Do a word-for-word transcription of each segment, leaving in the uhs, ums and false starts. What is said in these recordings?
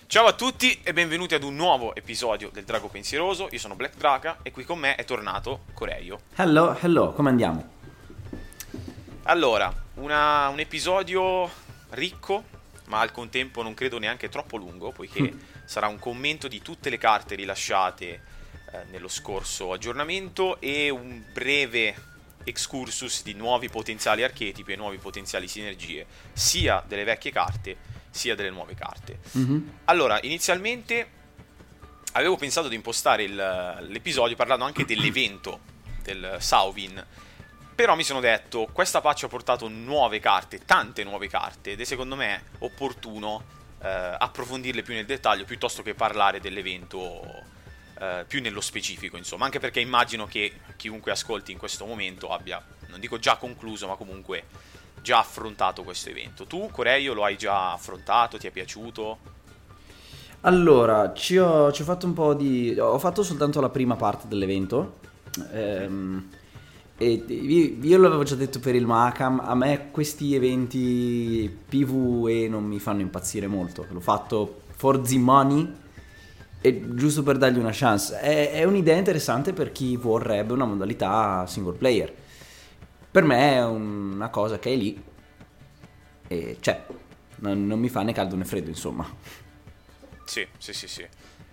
Ciao a tutti e benvenuti ad un nuovo episodio del Drago Pensieroso. Io sono Black Draka e qui con me è tornato Coreio. Hello, hello, come andiamo? Allora, una- un episodio ricco, ma al contempo non credo neanche troppo lungo, poiché sarà un commento di tutte le carte rilasciate eh, nello scorso aggiornamento e un breve excursus di nuovi potenziali archetipi e nuovi potenziali sinergie, sia delle vecchie carte sia delle nuove carte. Mhm. Allora, inizialmente avevo pensato di impostare il- l'episodio parlando anche dell'evento del Sauvin, però mi sono detto, questa patch ha portato nuove carte, tante nuove carte, ed è secondo me opportuno eh, approfondirle più nel dettaglio piuttosto che parlare dell'evento eh, più nello specifico, insomma, anche perché immagino che chiunque ascolti in questo momento abbia, non dico già concluso, ma comunque già affrontato questo evento. Tu, Coreio, lo hai già affrontato? Ti è piaciuto? Allora, ci ho, ci ho fatto un po' di... Ho fatto soltanto la prima parte dell'evento. ehm, e io, io l'avevo già detto per il Mahakam, a me questi eventi PvE non mi fanno impazzire molto. L'ho fatto for the money e giusto per dargli una chance. È, è un'idea interessante per chi vorrebbe una modalità single player. Per me è una cosa che è lì e c'è. Non, non mi fa né caldo né freddo, insomma. Sì, sì, sì, sì.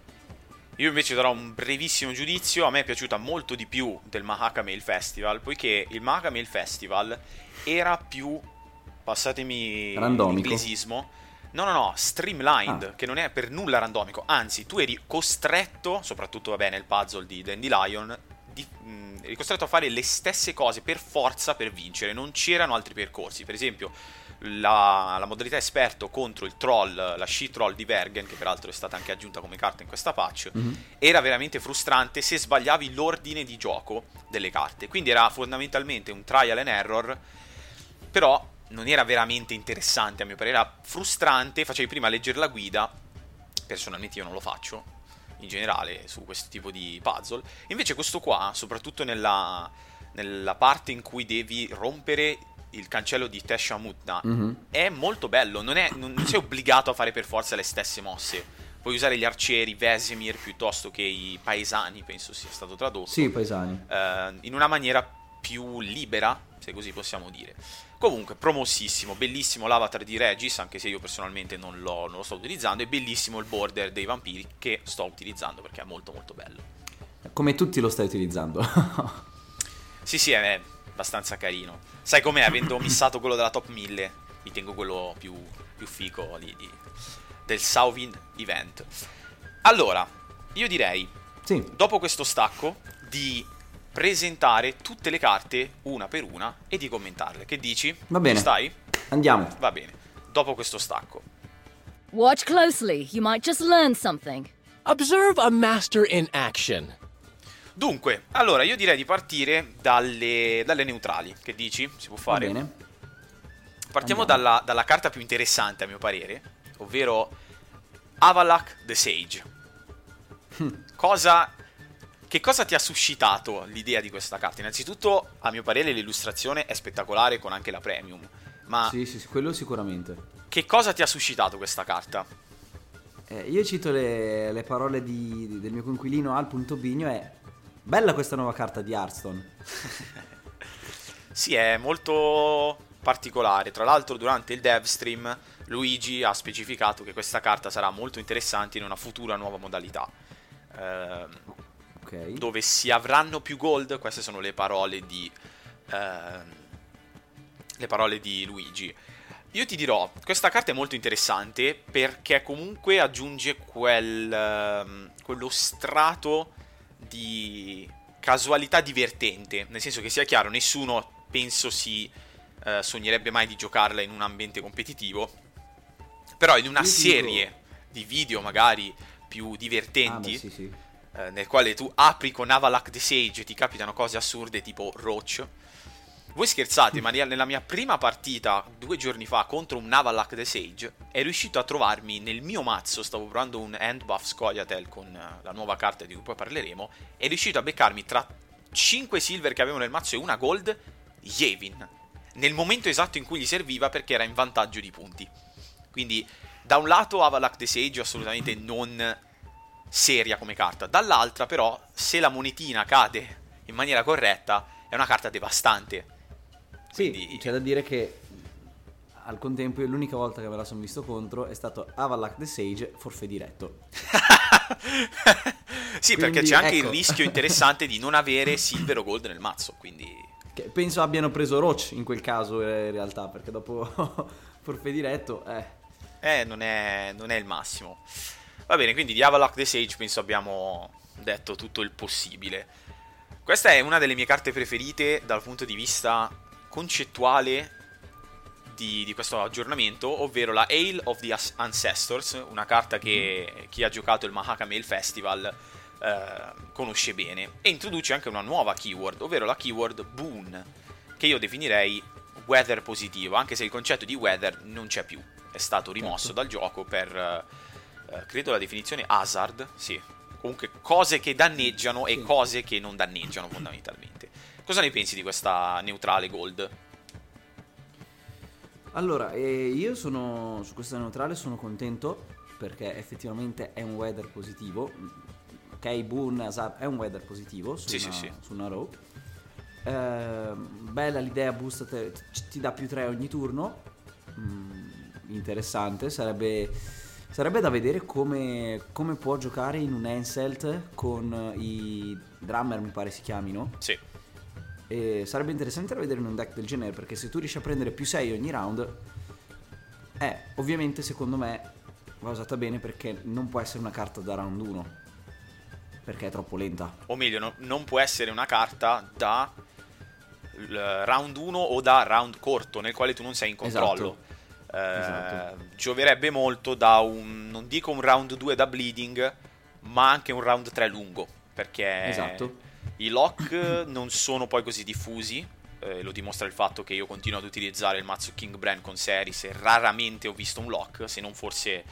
Io invece darò un brevissimo giudizio. A me è piaciuta molto di più del Mahakam Mail Festival, poiché il Mahakam Mail Festival era più, passatemi Randomico. l'inglesismo, no, no, no, streamlined, Ah. che non è per nulla randomico. Anzi, tu eri costretto, soprattutto, vabbè, nel puzzle di Dandelion, di, mh, eri costretto a fare le stesse cose per forza per vincere. Non c'erano altri percorsi. Per esempio, la, la modalità esperto contro il troll, la She-Troll di Vergen, che peraltro è stata anche aggiunta come carta in questa patch, Mhm. era veramente frustrante se sbagliavi l'ordine di gioco delle carte. Quindi era fondamentalmente un trial and error, però non era veramente interessante a mio parere, era frustrante, facevi prima leggere la guida, personalmente io non lo faccio, in generale, su questo tipo di puzzle. Invece questo qua, soprattutto nella, nella parte in cui devi rompere il cancello di Teshamutna, Mhm. è molto bello, non, è, non, non sei obbligato a fare per forza le stesse mosse. Puoi usare gli arcieri, Vesemir, piuttosto che i paesani, penso sia stato tradotto, Sì, paesani. eh, in una maniera più libera, se così possiamo dire. Comunque, promossissimo, bellissimo l'avatar di Regis, anche se io personalmente non lo, non lo sto utilizzando, e bellissimo il border dei vampiri che sto utilizzando perché è molto molto bello. Come tutti lo stai utilizzando. Sì, sì, è abbastanza carino. Sai com'è, avendo missato quello della top mille, mi tengo quello più, più fico di, di- del Sauvin Event. Allora, io direi, Sì, dopo questo stacco, di presentare tutte le carte una per una e di commentarle. Che dici? va bene. Ci stai? Andiamo. Va bene. Dopo questo stacco. Watch closely. You might just learn something. Observe a master in action. Dunque, allora io direi di partire dalle, dalle neutrali. Che dici? Si può Va fare? bene. Partiamo Andiamo. dalla, dalla carta più interessante a mio parere, ovvero Avalak the Sage. Cosa, che cosa ti ha suscitato l'idea di questa carta? Innanzitutto, a mio parere, l'illustrazione è spettacolare con anche la premium. Ma Sì, sì, sì, quello sicuramente. che cosa ti ha suscitato questa carta? Eh, io cito le, le parole di- di- del mio coinquilino Al Punto Bigno. È bella questa nuova carta di Hearthstone. Sì, è molto particolare. Tra l'altro, durante il dev stream, Luigi ha specificato che questa carta sarà molto interessante in una futura nuova modalità. Ehm, Ok. dove si avranno più gold. Queste sono le parole di ehm, le parole di Luigi. Io ti dirò, questa carta è molto interessante perché comunque aggiunge quel ehm, quello strato di casualità divertente, nel senso che, sia chiaro, nessuno penso si eh, sognerebbe mai di giocarla in un ambiente competitivo, però in una Io ti serie dico- di video magari più Ah, divertenti, beh, sì, sì. eh, nel quale tu apri con Avalak the Sage e ti capitano cose assurde tipo Roach. Voi scherzate, ma nella mia prima partita due giorni fa contro un Avalak the Sage è riuscito a trovarmi nel mio mazzo, stavo provando un Hand Buff Scoia'tael con eh, la nuova carta di cui poi parleremo, è riuscito a beccarmi tra cinque silver che avevo nel mazzo e una gold Yevin, nel momento esatto in cui gli serviva perché era in vantaggio di punti. Quindi da un lato Avalak the Sage assolutamente non seria come carta, dall'altra però se la monetina cade in maniera corretta è una carta devastante. Sì, Quindi... c'è da dire che al contempo io l'unica volta che me la sono visto contro è stato Avalak the Sage forfait diretto. Sì, quindi, perché c'è anche ecco. il rischio interessante di non avere silver o gold nel mazzo, quindi... Che penso abbiano preso Roach in quel caso in realtà, perché dopo forfait diretto eh. Eh, non è, non è il massimo. Va bene, quindi di Avalak the Sage penso abbiamo detto tutto il possibile. Questa è una delle mie carte preferite dal punto di vista concettuale di, di questo aggiornamento, ovvero la Ale of the Ancestors, una carta che chi ha giocato il Mahakam Festival eh, conosce bene, e introduce anche una nuova keyword, ovvero la keyword Boon, che io definirei weather positivo, anche se il concetto di weather non c'è più, è stato rimosso certo. dal gioco per eh, credo la definizione hazard, sì, comunque cose che danneggiano sì. e cose che non danneggiano fondamentalmente. Cosa ne pensi di questa neutrale gold? Allora, eh, io sono su questa neutrale sono contento perché effettivamente è un weather positivo. Ok, Boon Hazard è un weather positivo su, Sì, una, sì, sì. su una row. Eh, bella l'idea, boosta te, ti dà più tre ogni turno. Mm, interessante, sarebbe sarebbe da vedere come, come può giocare in un Enselt con i drummer, mi pare si chiamino. Sì. E sarebbe interessante da vedere in un deck del genere, perché se tu riesci a prendere più sei ogni round, eh, ovviamente secondo me va usata bene, perché non può essere una carta da round uno, perché è troppo lenta. O meglio, no, non può essere una carta da l- round uno o da round corto, nel quale tu non sei in controllo. Esatto. Eh, Esatto. Gioverebbe molto da un, non dico un round due da bleeding, ma anche un round tre lungo, perché Esatto. i lock non sono poi così diffusi, eh, lo dimostra il fatto che io continuo ad utilizzare il mazzo King Bran con Seris e raramente ho visto un lock, se non forse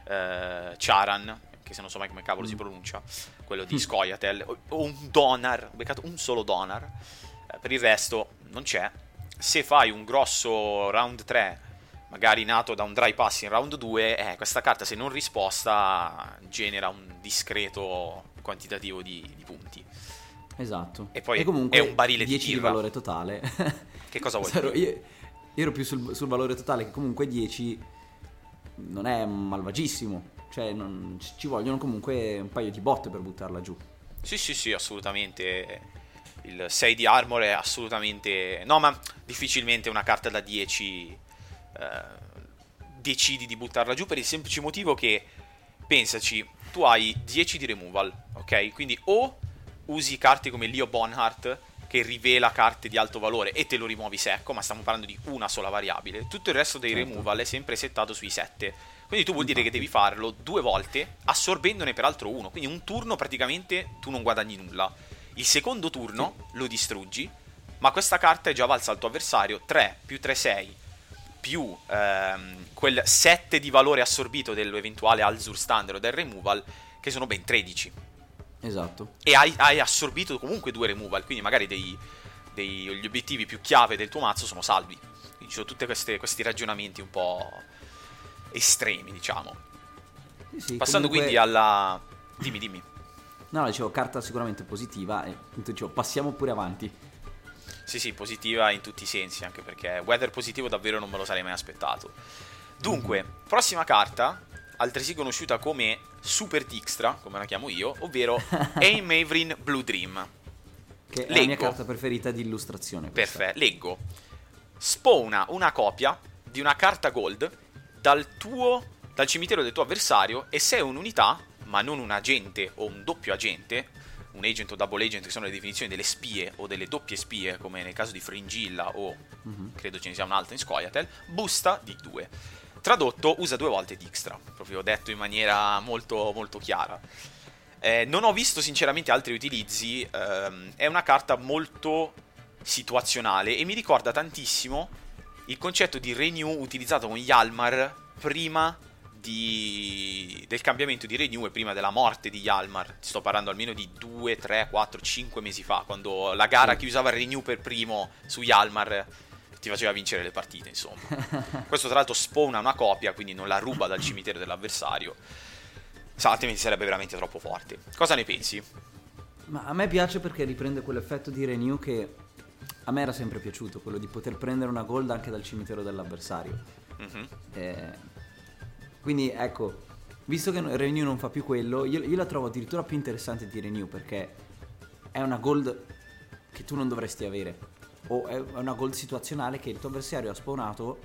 eh, Charan, che se non so mai come cavolo mm. si pronuncia, quello di Scoia'tael, o, o un Donar, ho beccato un solo Donar, eh, per il resto non c'è. Se fai un grosso round tre, magari nato da un dry pass in round due, eh, questa carta se non risposta genera un discreto quantitativo di, di punti. Esatto. E poi comunque è un barile di dieci di birra. valore totale. Che cosa vuoi Ero- dire? io, io ero più sul, sul valore totale, che comunque dieci non è malvagissimo. Cioè non, ci vogliono comunque un paio di botte per buttarla giù. Sì, sì, sì, assolutamente. Il sei di armor è assolutamente... No, ma difficilmente una carta da dieci eh, decidi di buttarla giù, per il semplice motivo che, pensaci, tu hai dieci di removal, ok? Quindi o usi carte come Leo Bonhart, che rivela carte di alto valore e te lo rimuovi secco, ma stiamo parlando di una sola variabile. Tutto il resto dei certo. removal è sempre settato sui sette. Quindi tu vuol dire che devi farlo due volte, assorbendone peraltro uno. Quindi un turno praticamente tu non guadagni nulla. Il secondo turno sì. lo distruggi, ma questa carta è già valsa al tuo avversario tre più tre sei più ehm, quel sette di valore assorbito dell'eventuale Alzur Standard o del removal, che sono ben tredici. Esatto. E hai, hai assorbito comunque due removal, quindi magari dei, dei, gli obiettivi più chiave del tuo mazzo sono salvi. Quindi ci sono tutti questi ragionamenti un po' estremi, diciamo. Sì, sì, Passando comunque... quindi alla... Dimmi, dimmi. No, dicevo, carta sicuramente positiva, e dicevo, passiamo pure avanti. Sì, sì, positiva in tutti i sensi, anche perché weather positivo davvero non me lo sarei mai aspettato. Dunque, mm-hmm. prossima carta, altresì conosciuta come Super Dijkstra, come la chiamo io, ovvero Aim Mavrin Blue Dream. Che è leggo. la mia carta preferita di illustrazione. Questa. Perfetto, leggo. Spawna una copia di una carta gold dal tuo dal cimitero del tuo avversario, e se è un'unità, ma non un agente o un doppio agente, un agent o double agent, che sono le definizioni delle spie o delle doppie spie, come nel caso di Fringilla o mm-hmm. credo ce ne sia un'altra in Scoia'tael, busta di due. Tradotto, usa due volte Dijkstra, proprio detto in maniera molto molto chiara. Eh, non ho visto sinceramente altri utilizzi, ehm, è una carta molto situazionale e mi ricorda tantissimo il concetto di renew utilizzato con Hjalmar prima di... del cambiamento di renew e prima della morte di Hjalmar. Sto parlando almeno di due, tre, quattro, cinque mesi fa, quando la gara sì. chi usava il renew per primo su Hjalmar ti faceva vincere le partite, insomma. Questo tra l'altro spawna una copia, quindi non la ruba dal cimitero dell'avversario, sa, altrimenti sarebbe veramente troppo forte. Cosa ne pensi? Ma a me piace perché riprende quell'effetto di renew che a me era sempre piaciuto, quello di poter prendere una gold anche dal cimitero dell'avversario. Mm-hmm. Eh, quindi ecco, visto che renew non fa più quello, io, io la trovo addirittura più interessante di renew, perché è una gold che tu non dovresti avere, o è una gold situazionale che il tuo avversario ha spawnato,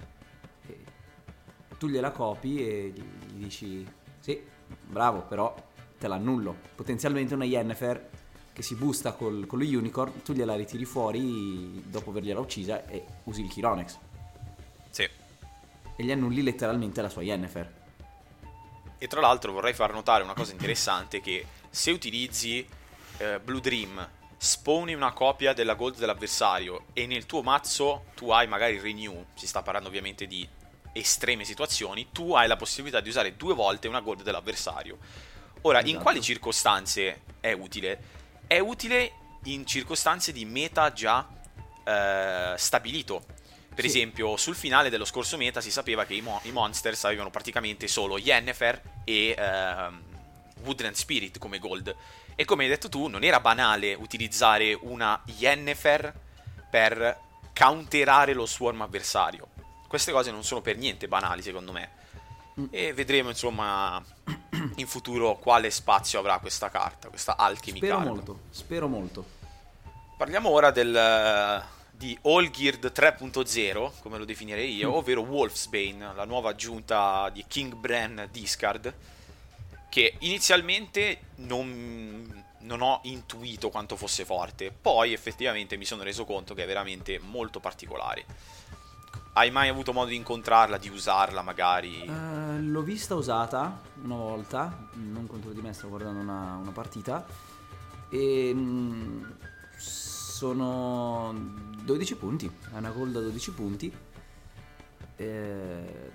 e tu gliela copi e gli, gli dici sì, bravo, però te l'annullo. Potenzialmente una Yennefer che si boosta col, con lo Unicorn, tu gliela ritiri fuori dopo avergliela uccisa e usi il Chironex. Sì. E gli annulli letteralmente la sua Yennefer. E tra l'altro vorrei far notare una cosa interessante, che se utilizzi eh, Blue Dream, spawni una copia della gold dell'avversario e nel tuo mazzo tu hai magari Renew, si sta parlando ovviamente di estreme situazioni, tu hai la possibilità di usare due volte una gold dell'avversario. Ora, esatto. In quali circostanze è utile? È utile in circostanze di meta già eh, stabilito. Per sì. esempio, sul finale dello scorso meta si sapeva che i, mo- i monsters avevano praticamente solo Yennefer e eh, Woodland Spirit come gold. E come hai detto tu, non era banale utilizzare una Yennefer per counterare lo swarm avversario. Queste cose non sono per niente banali, secondo me. Mm. E vedremo, insomma, in futuro quale spazio avrà questa carta, questa Alchemy spero card. molto, spero molto. Parliamo ora del, di Allgeared tre punto zero, come lo definirei io, mm. ovvero Wolfsbane, la nuova aggiunta di King Bran Discard, che inizialmente non, non ho intuito quanto fosse forte, poi effettivamente mi sono reso conto che è veramente molto particolare. Hai mai avuto modo di incontrarla, di usarla magari? Uh, l'ho vista usata una volta, non contro di me, stavo guardando una, una partita, e mh, sono dodici punti, è una gold da dodici punti, e,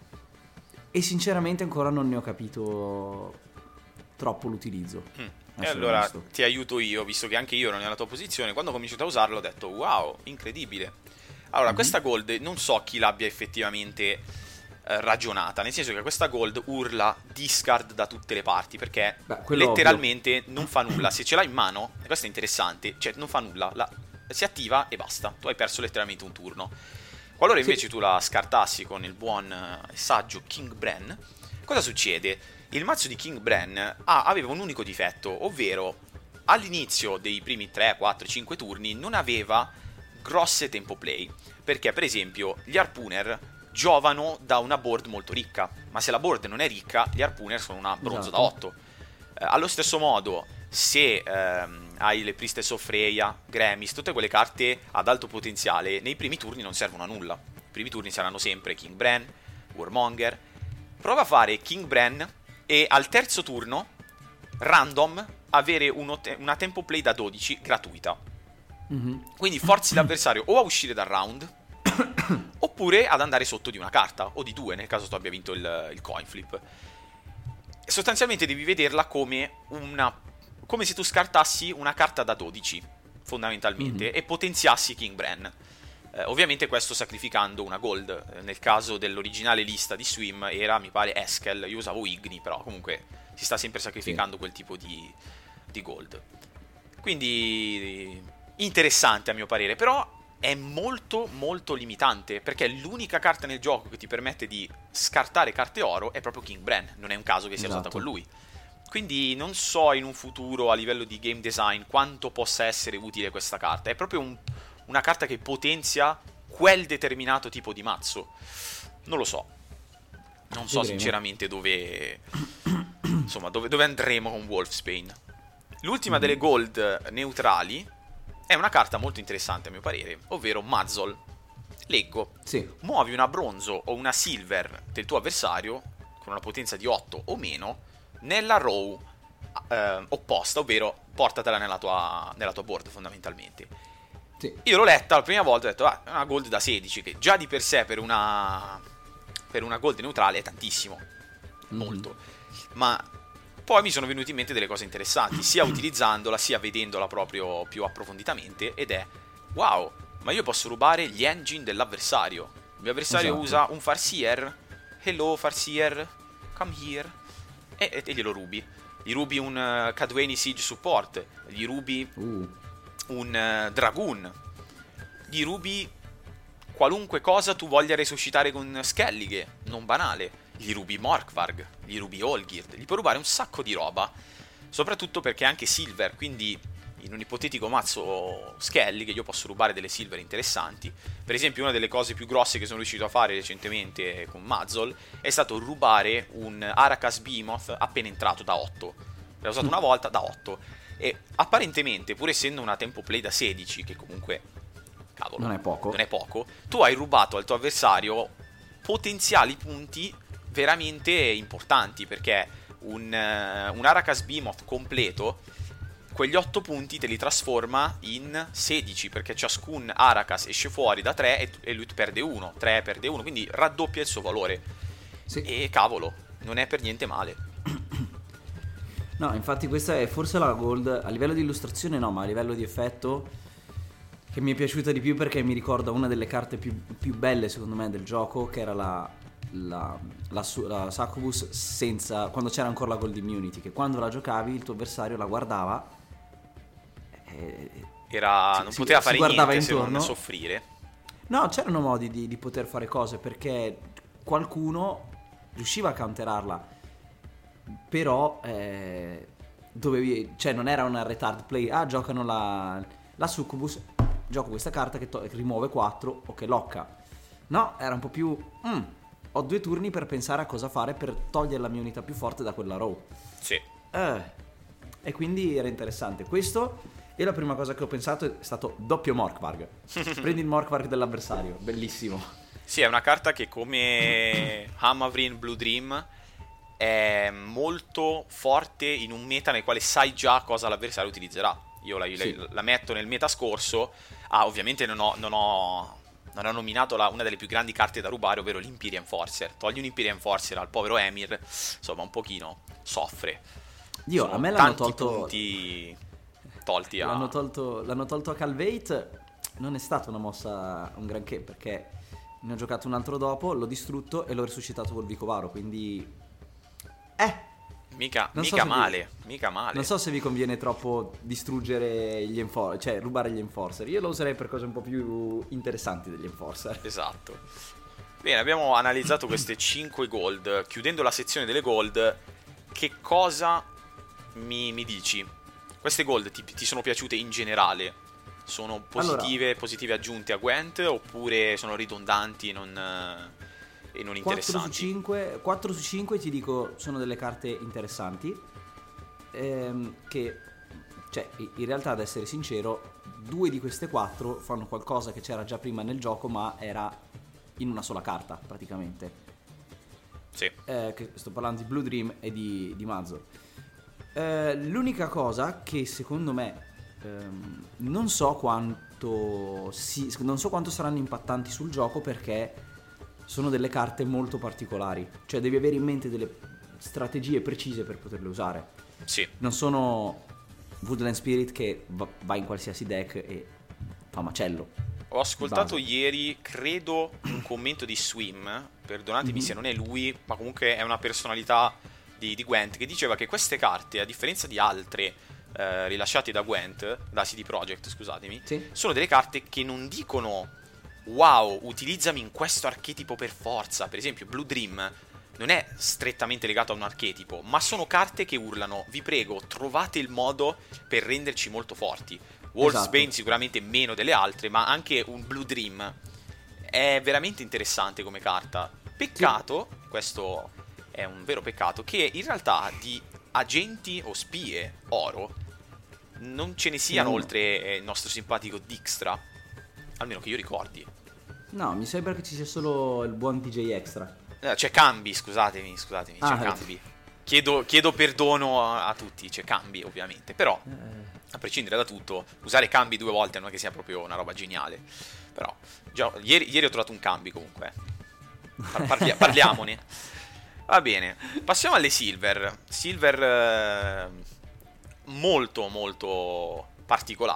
e sinceramente ancora non ne ho capito troppo l'utilizzo. Mm. E allora visto. Ti aiuto io, visto che anche io ero nella tua posizione. Quando ho cominciato a usarlo ho detto wow, incredibile. Allora, mm-hmm. questa gold non so chi l'abbia effettivamente eh, ragionata, nel senso che questa gold urla discard da tutte le parti, perché Beh, letteralmente ovvio. non fa nulla. Se ce l'hai in mano, e questo è interessante, cioè non fa nulla, la, si attiva e basta, tu hai perso letteralmente un turno. Qualora invece sì. tu la scartassi con il buon e saggio King Bran, cosa succede? Il mazzo di King Bran ah, aveva un unico difetto, ovvero all'inizio dei primi tre, quattro, cinque turni non aveva grosse tempo play, perché per esempio gli Harpooner giovano da una board molto ricca, ma se la board non è ricca gli Harpooner sono una bronzo esatto. da otto. Eh, allo stesso modo, se ehm, hai le Priestess of Freya, Gramis, tutte quelle carte ad alto potenziale, nei primi turni non servono a nulla. I primi turni saranno sempre King Bran, Warmonger. Prova a fare King Bran e al terzo turno random avere uno te- una tempo play da dodici gratuita. Mm-hmm. Quindi forzi l'avversario o a uscire dal round oppure ad andare sotto di una carta o di due, nel caso tu abbia vinto il, il coin flip. Sostanzialmente devi vederla come una come se tu scartassi una carta da dodici fondamentalmente, mm-hmm. e potenziassi King Bran. Eh, ovviamente questo sacrificando una gold. Eh, nel caso dell'originale lista di Swim era, mi pare, Eskel. Io usavo Igni, però comunque si sta sempre sacrificando sì. quel tipo di, di gold. Quindi interessante a mio parere, però è molto molto limitante, perché l'unica carta nel gioco che ti permette di scartare carte oro è proprio King Bran. Non è un caso che sia esatto. usata con lui. Quindi non so in un futuro a livello di game design quanto possa essere utile questa carta. È proprio un, una carta che potenzia quel determinato tipo di mazzo. Non lo so. Non so Vedremo. sinceramente dove insomma dove, dove andremo con Wolfsbane. L'ultima mm. delle gold neutrali è una carta molto interessante a mio parere, ovvero Muzzle. Leggo. Sì. Muovi una bronzo o una silver del tuo avversario con una potenza di otto o meno nella row eh, opposta, ovvero portatela nella tua, nella tua board fondamentalmente. Sì. Io l'ho letta la prima volta e ho detto ah, è una gold da sedici, che già di per sé per una per una gold neutrale è tantissimo, mm-hmm. molto. Ma poi mi sono venuti in mente delle cose interessanti, sia utilizzandola sia vedendola proprio più approfonditamente, ed è wow, ma io posso rubare gli engine dell'avversario. Il mio avversario Esatto. usa un Farseer, hello Farseer, come here, e, e, e glielo rubi. Gli rubi un uh, Cadweni Siege Support, gli rubi Uh, un uh, Dragoon, gli rubi qualunque cosa tu voglia resuscitare con Skellige, non banale. Gli rubi Morkvarg, gli rubi Olgierd, gli puoi rubare un sacco di roba, soprattutto perché è anche Silver, quindi in un ipotetico mazzo Skellige io posso rubare delle Silver interessanti. Per esempio, una delle cose più grosse che sono riuscito a fare recentemente con Muzzle è stato rubare un Aracas Behemoth appena entrato da otto. L'ho usato una volta da otto e apparentemente, pur essendo una tempo play da sedici, che comunque cavolo, Non è poco. non è poco, tu hai rubato al tuo avversario potenziali punti veramente importanti, perché un, uh, un Aracas Behemoth completo quegli otto punti te li trasforma in sedici, perché ciascun Aracas esce fuori da tre e, e lui perde uno, tre perde uno, quindi raddoppia il suo valore. sì. E cavolo, non è per niente male. No, infatti questa è forse la gold a livello di illustrazione, no, ma a livello di effetto che mi è piaciuta di più, perché mi ricorda una delle carte più, più belle secondo me del gioco, che era la la, la, su- la Succubus senza, quando c'era ancora la gold immunity, che quando la giocavi il tuo avversario la guardava e, Era, Sì, non si- poteva si fare guardava niente se non intorno. soffrire. no, c'erano modi di, di poter fare cose, perché qualcuno riusciva a counterarla, però eh, dovevi, cioè non era una retard play, ah giocano la, la Succubus, gioco questa carta che, to- che rimuove quattro o che locca. No, era un po' più mm, ho due turni per pensare a cosa fare per togliere la mia unità più forte da quella row. Sì. Eh, e quindi era interessante questo. E la prima cosa che ho pensato è stato doppio Morkvarg. Prendi il Morkvarg dell'avversario, bellissimo. Sì, è una carta che come Hamavrin Blue Dream è molto forte in un meta nel quale sai già cosa l'avversario utilizzerà. Io la, Sì. la, la metto nel meta scorso. Ah, ovviamente non ho, non ho, non ho nominato la, una delle più grandi carte da rubare, ovvero l'Imperial Enforcer. Togli un Imperial Enforcer al povero Emir, insomma un pochino soffre. Dio, Sono a me l'hanno tanti tolto punti tolti a... l'hanno tolto l'hanno tolto a Calveit. Non è stata una mossa un granché, perché ne ho giocato un altro dopo, l'ho distrutto e l'ho risuscitato col Vicovaro, quindi eh Mica, Non so mica se vi- male, mica male. non so se vi conviene troppo distruggere gli enforcer, cioè rubare gli enforcer. Io lo userei per cose un po' più interessanti degli enforcer. Esatto. Bene, abbiamo analizzato queste cinque gold. Chiudendo la sezione delle gold, che cosa mi, mi dici? Queste gold ti, ti sono piaciute in generale? Sono positive, positive aggiunte a Gwent, oppure sono ridondanti e non, eh, e non quattro su interessanti? cinque, quattro su cinque ti dico sono delle carte interessanti, ehm, che cioè i- in realtà, ad essere sincero, due di queste quattro fanno qualcosa che c'era già prima nel gioco, ma era in una sola carta praticamente. Sì. Eh, che sto parlando di Blue Dream e di, di Muzzle. Eh, l'unica cosa che secondo me ehm, non so quanto si, non so quanto saranno impattanti sul gioco, perché sono delle carte molto particolari, cioè devi avere in mente delle strategie precise per poterle usare. Sì. Non sono Woodland Spirit che va, va in qualsiasi deck e fa macello. Ho ascoltato Base. ieri, credo, un commento di Swim, perdonatemi Mhm. se non è lui, ma comunque è una personalità di, di Gwent, che diceva che queste carte, a differenza di altre eh, rilasciate da Gwent, da C D Projekt, scusatemi, Sì. sono delle carte che non dicono wow, utilizzami in questo archetipo per forza. Per esempio, Blue Dream non è strettamente legato a un archetipo, ma sono carte che urlano: vi prego, trovate il modo per renderci molto forti. Wolfsbane Esatto. sicuramente meno delle altre, ma anche un Blue Dream è veramente interessante come carta. Peccato, questo è un vero peccato, che in realtà di agenti o spie oro non ce ne siano Mm. oltre eh, il nostro simpatico Dijkstra, almeno che io ricordi. No, mi sembra che ci sia solo il buon D J Extra. Eh, C'è Cambi, scusatemi, scusatemi, c'è Ah, Cambi. Chiedo, chiedo perdono a, a tutti, c'è Cambi ovviamente, però Eh, a prescindere da tutto, usare Cambi due volte non è che sia proprio una roba geniale. Però, già, ieri, ieri ho trovato un Cambi comunque. Par- parli- parliamone. Va bene, passiamo alle Silver. Silver eh, molto molto particolari.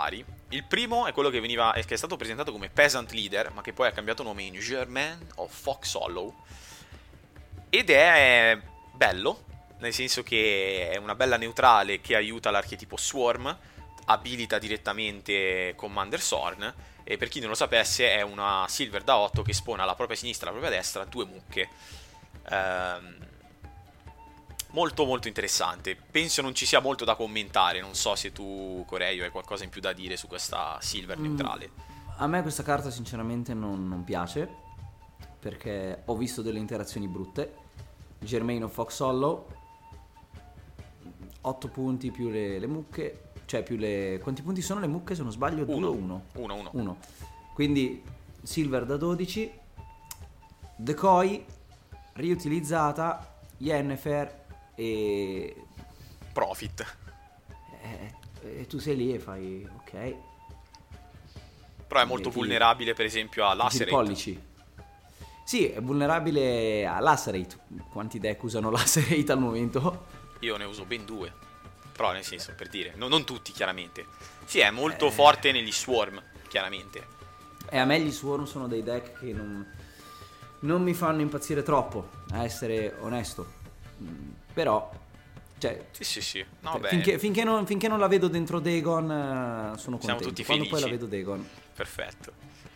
Il primo è quello che veniva che è stato presentato come Peasant Leader, ma che poi ha cambiato nome in German of Fox Hollow. Ed è bello, nel senso che è una bella neutrale che aiuta l'archetipo Swarm, abilita direttamente Commander Sorn, e per chi non lo sapesse è una Silver da otto che spona alla propria sinistra e alla propria destra due mucche. Ehm, molto molto interessante. Penso non ci sia molto da commentare. Non so se tu, Coreio, hai qualcosa in più da dire su questa Silver neutrale. Mm, a me questa carta sinceramente non, non piace, perché ho visto delle interazioni brutte. Germain of Fox Hollow, otto punti più le, le mucche. Cioè più le... Quanti punti sono le mucche se non sbaglio? due o uno? uno uno. Quindi Silver da dodici, Decoy, riutilizzata, Yennefer e... Profit. Eh, e tu sei lì e fai ok. Però è molto E ti- vulnerabile per esempio a Tiri Lacerate. pollici. Sì, è vulnerabile a Lacerate. Quanti deck usano Lacerate al momento? Io ne uso ben due. Però nel senso, per dire, no- non tutti chiaramente. Sì, è molto Eh. forte negli Swarm, chiaramente. E a me gli Swarm sono dei deck che non, non mi fanno impazzire troppo, a essere onesto. Mm, Però, cioè, Sì, sì, sì. No, beh, finché, finché non, finché non la vedo dentro Dagon, eh, sono Siamo contento. tutti Quando poi la felici. vedo Dagon. perfetto.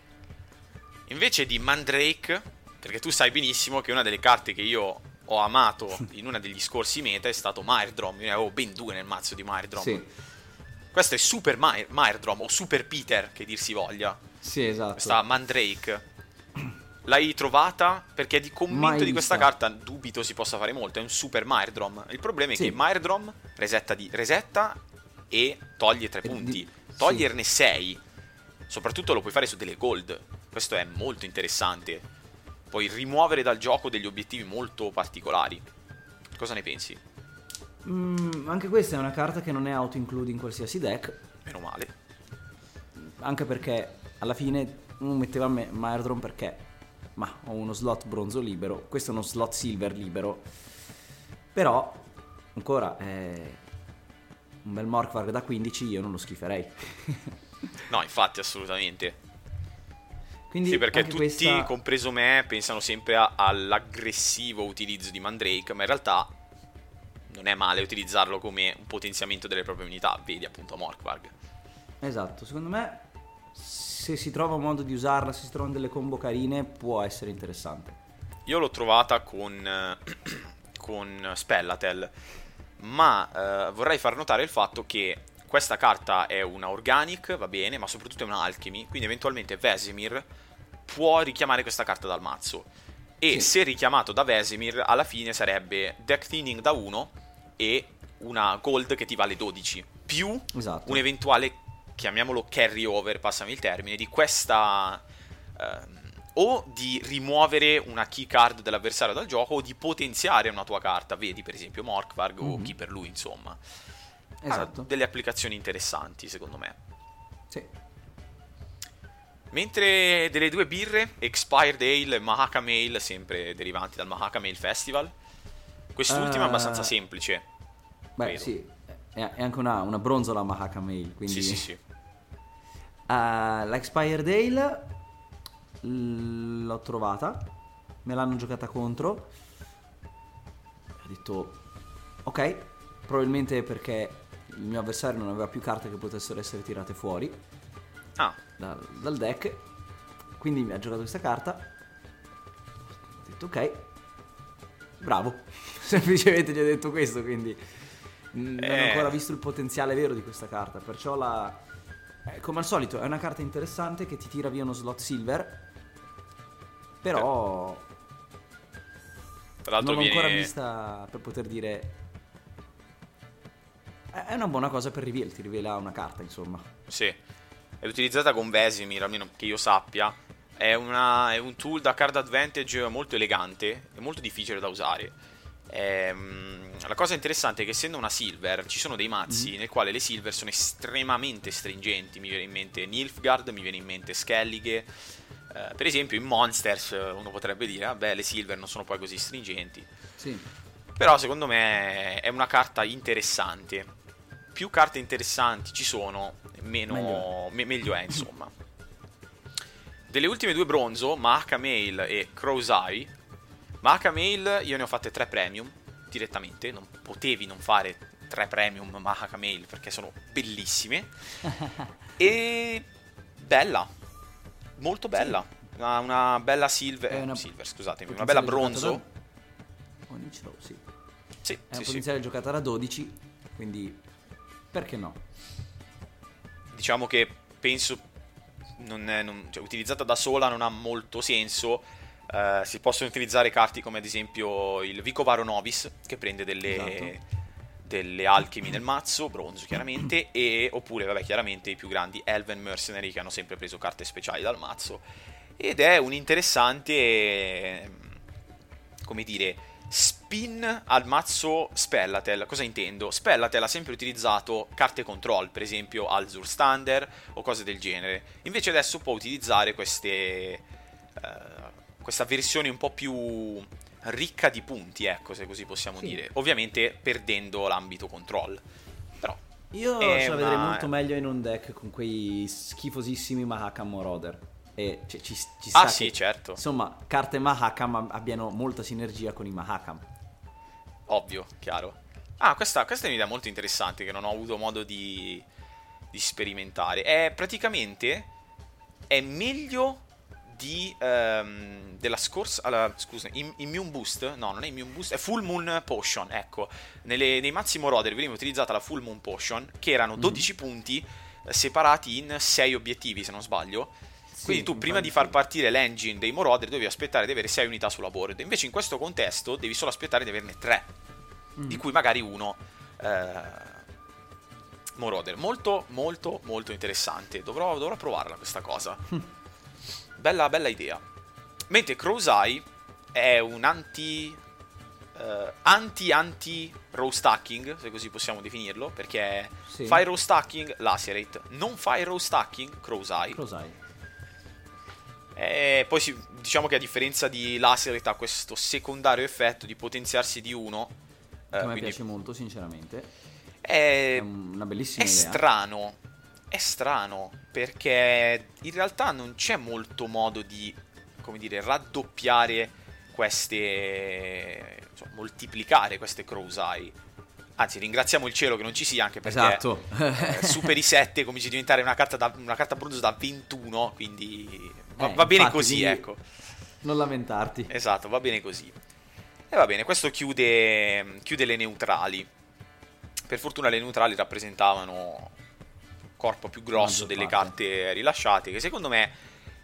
Invece di Mandrake, perché tu sai benissimo che una delle carte che io ho amato in una degli scorsi meta è stato Myrdrom. Io ne avevo ben due nel mazzo di Myrdrom. Sì, Questo è Super My- Myrdrom o Super Peter, che dir si voglia. sì, esatto. Questa Mandrake. L'hai trovata? Perché di commento Mai di questa vista. carta dubito si possa fare molto. È un Super Myrdrom. Il problema è Sì. che Myrdrom resetta, di, resetta e toglie tre E di- punti. sì. Toglierne sei. Soprattutto lo puoi fare su delle gold. Questo è molto interessante. Puoi rimuovere dal gioco degli obiettivi molto particolari. Cosa ne pensi? Mm, anche questa è una carta che non è auto-include in qualsiasi deck, Meno male. anche perché alla fine uno metteva me Myrdrom perché, ma ho uno slot bronzo libero, questo è uno slot silver libero, però ancora è un bel Morkvarg da quindici, io non lo schiferei. No, infatti, assolutamente. Quindi Sì, perché anche tutti, questa... compreso me, pensano sempre a- all'aggressivo utilizzo di Mandrake, ma in realtà non è male utilizzarlo come un potenziamento delle proprie unità. Vedi appunto Morkvarg. Esatto, secondo me se si trova un modo di usarla, se si trovano delle combo carine, può essere interessante. Io l'ho trovata con, eh, con Spellatel, ma eh, vorrei far notare il fatto che questa carta è una Organic, va bene, ma soprattutto è una Alchemy, quindi eventualmente Vesemir può richiamare questa carta dal mazzo. E Sì. se richiamato da Vesemir, alla fine sarebbe Deck Thinning da uno e una Gold che ti vale dodici, più Esatto. un eventuale, chiamiamolo carry over, passami il termine, di questa... ehm, o di rimuovere una key card dell'avversario dal gioco o di potenziare una tua carta, vedi per esempio Morkvarg o Mhm. chi per lui, insomma. Esatto. Ha delle applicazioni interessanti secondo me. Sì. Mentre delle due birre, Expired Ale e Mahakam Ale, sempre derivanti dal Mahakam Ale Festival, quest'ultima è Eh, abbastanza semplice. Beh, credo. sì, è è anche una, una bronzola Mahakam Ale, quindi... Sì, sì, sì. Uh, l'Expired Ale l- l'ho trovata, me l'hanno giocata contro, ho detto ok, probabilmente perché il mio avversario non aveva più carte che potessero essere tirate fuori Ah, da- dal deck, quindi mi ha giocato questa carta, ho detto ok, bravo, semplicemente gli ho detto questo, quindi mm, non ho Eh. ancora visto il potenziale vero di questa carta, perciò la... eh, come al solito è una carta interessante che ti tira via uno slot silver, però tra l'altro non l'ho viene... ancora vista per poter dire è è una buona cosa per reveal, ti rivela una carta insomma. Sì, è utilizzata con Vesemir, almeno che io sappia. È, una, è un tool da card advantage molto elegante e molto difficile da usare. Ehm, la cosa interessante è che essendo una silver ci sono dei mazzi Mm. nel quale le silver sono estremamente stringenti. Mi viene in mente Nilfgaard, mi viene in mente Skellige. Eh, per esempio in Monsters uno potrebbe dire vabbè, le silver non sono poi così stringenti. Sì, Però secondo me è una carta interessante. Più carte interessanti ci sono, meno, meglio me- meglio è, insomma. Delle ultime due bronzo, Mahaka Mail e Crow's Eye. Mahaka Mail io ne ho fatte tre premium direttamente, non potevi non fare tre premium Mahaka Mail perché sono bellissime. E bella, molto bella, sì. una, una bella silver, una, silver scusatemi, una bella bronzo. Da... sì. Sì, è sì, un potenziale sì. giocata da dodici, quindi perché no? Diciamo che penso non è, non, cioè, utilizzata da sola non ha molto senso. Uh, si possono utilizzare carte come ad esempio il Vicovaro Novice, che prende delle, esatto. delle alchemy nel mazzo, bronzo chiaramente, e oppure vabbè chiaramente i più grandi Elven Mercenary, che hanno sempre preso carte speciali dal mazzo, ed è un interessante, come dire, spin al mazzo Spellatel. Cosa intendo? Spellatel ha sempre utilizzato carte control, per esempio Alzur Standard o cose del genere, invece adesso può utilizzare queste uh, questa versione un po' più ricca di punti, ecco, se così possiamo sì. dire, ovviamente perdendo l'ambito control. Però io ce la una... vedrei molto meglio in un deck con quei schifosissimi Mahakam Marauder. E cioè, ci, ci ah sa sì, che, certo, insomma, carte Mahakam abbiano molta sinergia con i Mahakam. Ovvio, chiaro. Ah, questa, questa è un'idea molto interessante che non ho avuto modo di, di sperimentare. È praticamente è meglio di um, della scorsa, allora, scusa, Immune Boost, no, non è Immune Boost, è Full Moon Potion, ecco. Nelle, nei mazzi Marauder veniva utilizzata la Full Moon Potion, che erano dodici mm-hmm. punti eh, separati in sei obiettivi, se non sbaglio. Sì, quindi tu prima di far partire l'engine dei Marauder dovevi aspettare di avere sei unità sulla board. Invece in questo contesto devi solo aspettare di averne tre, mm. di cui magari uno eh, Marauder. Molto, molto, molto interessante. Dovrò, dovrò provarla questa cosa. Bella, bella idea. Mentre Crow's Eye è un anti uh, anti-anti row stacking, se così possiamo definirlo, perché sì. fai row stacking Lacerate, non fai row stacking Crow's Eye. Crow's Eye. E poi si, diciamo che a differenza di Lacerate ha questo secondario effetto di potenziarsi di uno. Che uh, a me piace molto, sinceramente. È, è una bellissima è idea. È strano. È strano, perché in realtà non c'è molto modo di, come dire, raddoppiare queste, insomma, moltiplicare queste Crow's Eye. Anzi, ringraziamo il cielo che non ci sia, anche perché esatto. eh, superi sette, cominci a diventare una carta, da, una carta bronzo da ventuno, quindi va, eh, va bene infatti, così, ecco. Non lamentarti. Esatto, va bene così. E va bene, questo chiude, chiude le neutrali. Per fortuna le neutrali rappresentavano corpo più grosso delle parte. carte rilasciate, che secondo me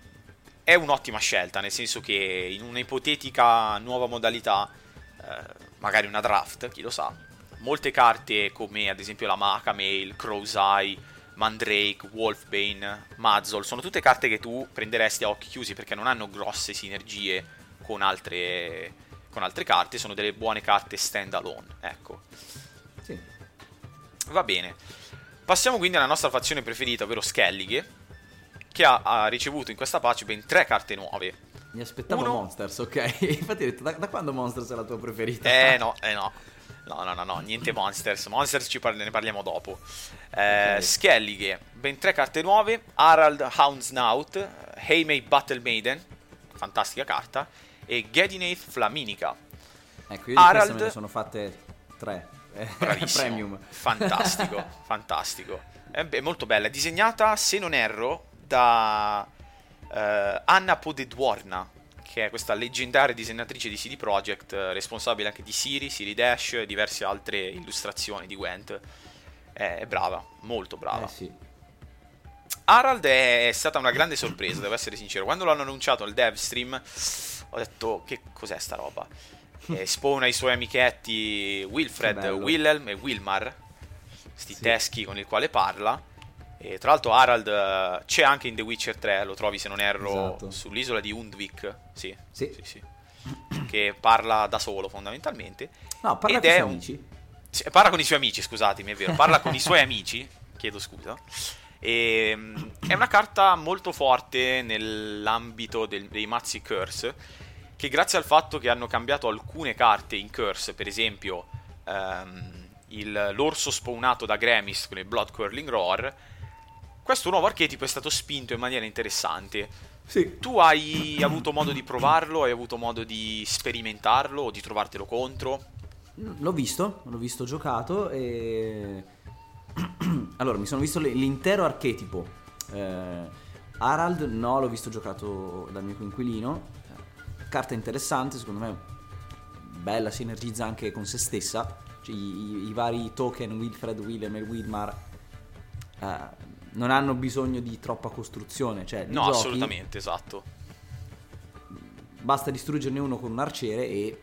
è un'ottima scelta, nel senso che in una ipotetica nuova modalità, eh, magari una draft, chi lo sa, molte carte come ad esempio la Mahaka Mail, Crow's Eye, Mandrake, Wolfbane, Muzzle, sono tutte carte che tu prenderesti a occhi chiusi perché non hanno grosse sinergie con altre, con altre carte, sono delle buone carte stand alone, ecco. Sì. Va bene. Passiamo quindi alla nostra fazione preferita, ovvero Skellige, che ha, ha ricevuto in questa patch ben tre carte nuove. Mi aspettavo Uno... Monsters, ok? Infatti ho detto, da, da quando Monsters è la tua preferita? Eh no, eh no. No, no, no, no, niente Monsters. Monsters ci parli, ne parliamo dopo. Eh, okay. Skellige, ben tre carte nuove. Harald Houndsnout, Heimei Battle Maiden, fantastica carta, e Gedinaith Flaminica. Ecco, io di Harald... me ne sono fatte tre. Bravissimo, premium. Fantastico, fantastico. È, è molto bella, è disegnata, se non erro, da uh, Anna Podedworna, che è questa leggendaria disegnatrice di C D Projekt, eh, responsabile anche di Siri, Siri Dash e diverse altre illustrazioni di Gwent. È, è brava, molto brava. Eh sì. Harald è stata una grande sorpresa, devo essere sincero. Quando l'hanno annunciato al dev stream ho detto, che cos'è sta roba? E spawna i suoi amichetti Wilfred, Wilhelm e Wilmar, sti sì. teschi con il quale parla. E tra l'altro Harald c'è anche in The Witcher tre, lo trovi se non erro, esatto. sull'isola di Undvik, sì, sì. sì, sì, che parla da solo fondamentalmente. No, parla Ed con i è suoi un... amici. Sì, parla con i suoi amici, scusatemi, è vero, parla con i suoi amici, chiedo scusa. E, è una carta molto forte nell'ambito del, dei mazzi Curse, che grazie al fatto che hanno cambiato alcune carte in Curse, per esempio um, il, l'orso spawnato da Gremis con il Blood Curling Roar, questo nuovo archetipo è stato spinto in maniera interessante. Sì. Tu hai avuto modo di provarlo, hai avuto modo di sperimentarlo o di trovartelo contro? L'ho visto, l'ho visto giocato e... allora, mi sono visto l'intero archetipo. Eh, Harald no, l'ho visto giocato dal mio coinquilino. Carta interessante, secondo me bella, sinergizza anche con se stessa. Cioè, i, i vari token Wilfred, Willem e Widmar eh, non hanno bisogno di troppa costruzione, cioè, no, giochi, assolutamente, esatto. Basta distruggerne uno con un arciere e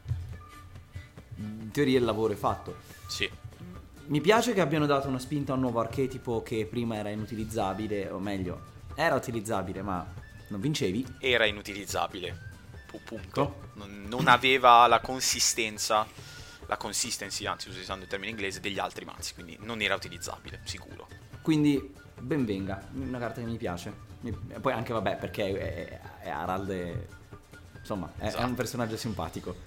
in teoria il lavoro è fatto. Sì. Mi piace che abbiano dato una spinta a un nuovo archetipo che prima era inutilizzabile, o meglio, era utilizzabile ma non vincevi. Era inutilizzabile, punto. Ecco. Non, non aveva la consistenza, la consistency, anzi usando il termine inglese, degli altri mazzi, quindi non era utilizzabile, sicuro. Quindi ben venga, una carta che mi piace. Mi, poi anche vabbè perché è, è Harald, è, insomma è, Esatto. è un personaggio simpatico.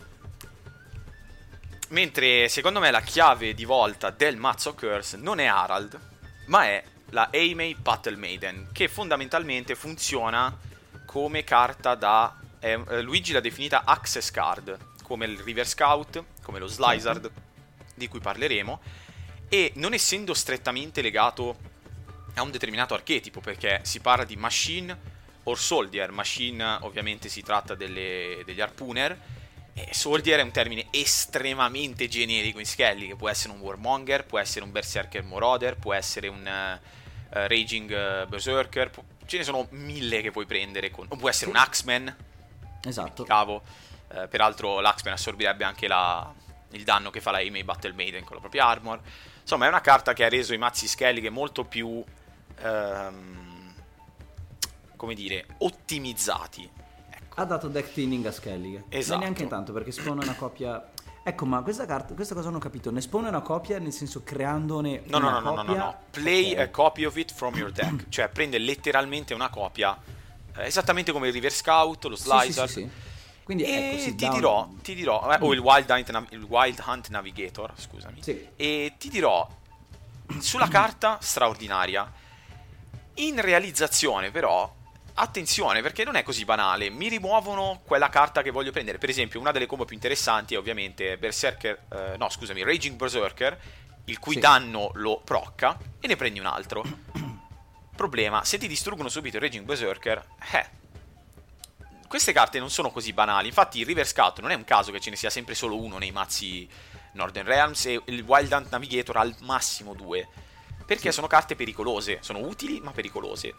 Mentre secondo me la chiave di volta del mazzo Curse non è Harald, ma è la Eimei Battle Maiden, che fondamentalmente funziona come carta da... Eh, Luigi l'ha definita Access Card, come il River Scout, come lo Slizzard, di cui parleremo, e non essendo strettamente legato a un determinato archetipo, perché si parla di Machine or Soldier. Machine ovviamente si tratta delle, degli Harpooner, e Soldier è un termine estremamente generico in Skellige, che può essere un Warmonger, può essere un Berserker Marauder, può essere un uh, uh, Raging uh, Berserker, pu- ce ne sono mille che puoi prendere, con... o può essere un Axeman. Esatto. Cavo. Uh, peraltro l'Axeman assorbirebbe anche la, il danno che fa la Eimei Battle Maiden con la propria armor. Insomma, è una carta che ha reso i mazzi Skellige molto più um, come dire, ottimizzati. Ha dato deck thinning a Skellige. Esatto. Ma neanche tanto, perché spona una copia. Ecco, ma questa carta, questa cosa non ho capito. Ne spona una copia, nel senso creandone No, una no, no, no, copia? no, no. Play Okay. a copy of it from your deck. Cioè prende letteralmente una copia, eh, esattamente come il River Scout, lo Sì, Slicer. sì, sì, sì. Quindi E ecco, sì, ti da un- dirò, ti dirò, eh, o il Wild, Hunt Nav- il Wild Hunt Navigator, scusami. Sì. E ti dirò, sulla carta straordinaria. In realizzazione però, attenzione, perché non è così banale. Mi rimuovono quella carta che voglio prendere. Per esempio, una delle combo più interessanti è ovviamente Berserker, eh, no scusami, Raging Berserker, il cui Sì. danno lo procca, e ne prendi un altro. Problema, se ti distruggono subito il Raging Berserker, eh, queste carte non sono così banali. Infatti il River Scout non è un caso che ce ne sia sempre solo uno nei mazzi Northern Realms, e il Wild Hunt Navigator al massimo due, perché Sì. sono carte pericolose, sono utili ma pericolose.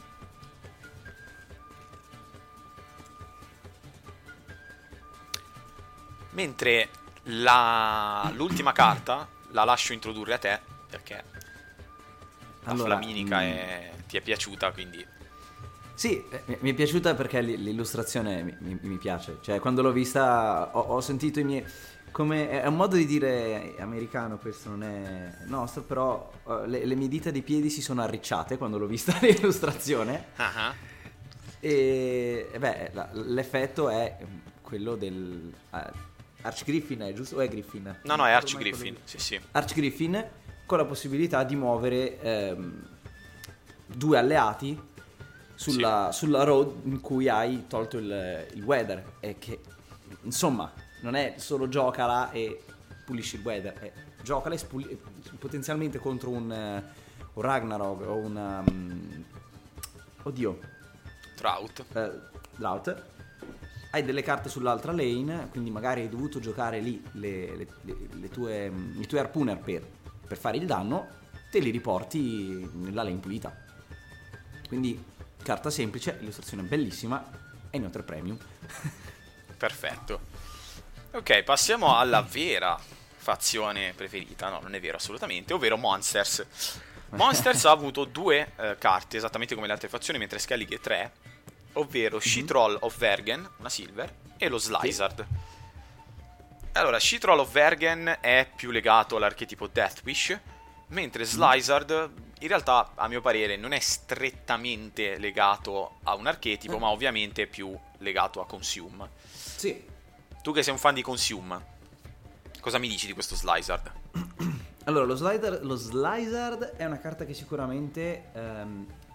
Mentre la... l'ultima carta la lascio introdurre a te, perché la Allora, flaminica mm, è... ti è piaciuta, quindi... Sì, eh, mi- mi è piaciuta perché l- l'illustrazione mi, mi- mi piace. Cioè, quando l'ho vista ho, ho sentito i miei... Come, è un modo di dire americano, questo non è nostro, però eh, le, le mie dita dei piedi si sono arricciate quando l'ho vista l'illustrazione. Ah, E, e beh, la- l'effetto è quello del... eh, Archgriffin è giusto? O è Griffin? no, no, è Non Arch ricordo mai Griffin, quello sì, sì. di- Archgriffin con la possibilità di muovere ehm, due alleati sulla, sulla road in cui hai tolto il, il weather, e che insomma non è solo giocala e pulisci il weather, è giocala e spuli- potenzialmente contro un, eh, un Ragnarok o un um, oddio Drought. eh, Drought. Hai delle carte sull'altra lane, quindi magari hai dovuto giocare lì le, le- le- le tue, i tuoi harpooner per, per fare il danno, te li riporti nella lane pulita. Quindi carta semplice, illustrazione bellissima e inoltre premium. Perfetto. Ok, passiamo alla vera fazione preferita. No, non è vero assolutamente, ovvero Monsters. Monsters ha avuto due eh, carte, esattamente come le altre fazioni, mentre Skellige tre, ovvero She-Troll of Vergen, una silver, e lo Slizzard. Allora, She-Troll of Vergen è più legato all'archetipo Deathwish, mentre Slizzard in realtà, a mio parere, non è strettamente legato a un archetipo, ma ovviamente è più legato a Consume. Sì. Tu che sei un fan di Consume, cosa mi dici di questo Slizzard? Allora, lo, slider, lo Slizzard è una carta che sicuramente ehm,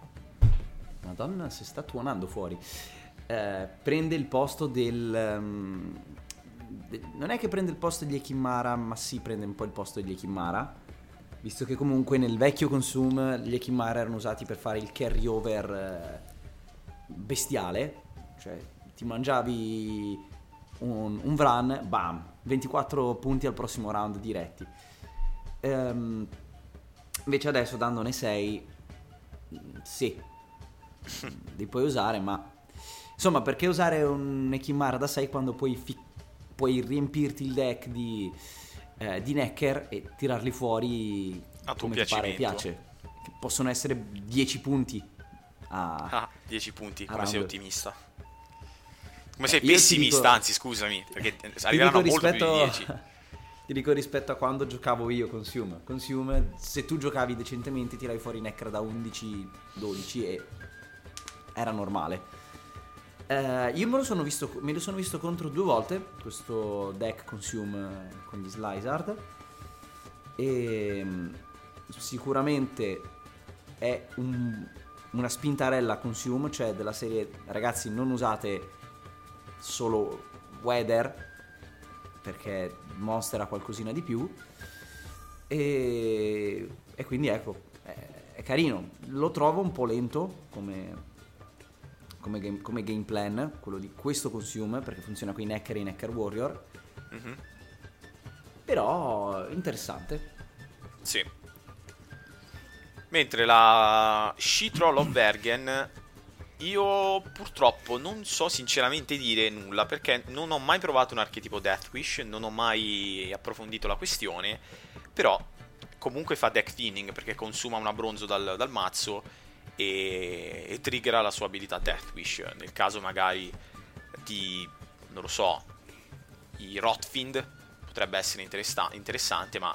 Madonna, si sta tuonando fuori. Eh, prende il posto del... Um, de, non è che prende il posto degli Ekimmara, ma sì, prende un po' il posto degli Ekimmara, visto che comunque nel vecchio Consume gli Ekimmara erano usati per fare il carry over eh, bestiale, cioè ti mangiavi un, un Vran, bam, ventiquattro punti al prossimo round diretti. Ehm, invece adesso dandone sei, sì, li puoi usare, ma insomma, perché usare un Ekimmara da sei quando puoi, fi- puoi riempirti il deck di, eh, di Necker e tirarli fuori a tuo come ti pare e piace, che possono essere dieci punti a, ah, dieci punti, come round. sei ottimista, come sei Io ti pessimista, dico- anzi scusami, perché arriveranno dico molto più di rispetto- dieci. Ti dico rispetto a quando giocavo io Consume. Consume, se tu giocavi decentemente tiravi fuori Necker da undici dodici e era normale. Eh, io me lo sono visto me lo sono visto contro due volte questo deck Consume con gli Slizzard e mm, sicuramente è un, una spintarella Consume, cioè della serie ragazzi non usate solo Weather perché Monster ha qualcosina di più e, e quindi ecco è, è carino. Lo trovo un po' lento come Come game, come game plan, quello di questo Consume, perché funziona con i Necker e i Necker Warrior. Mm-hmm. Però interessante. Sì. Mentre la She-Troll of Vergen, io purtroppo non so sinceramente dire nulla, perché non ho mai provato un archetipo Deathwish, non ho mai approfondito la questione, però comunque fa deck thinning perché consuma una bronzo dal, dal mazzo e, e triggera la sua abilità Deathwish. Nel caso magari di, non lo so, i Rotfind potrebbe essere interessa- interessante, ma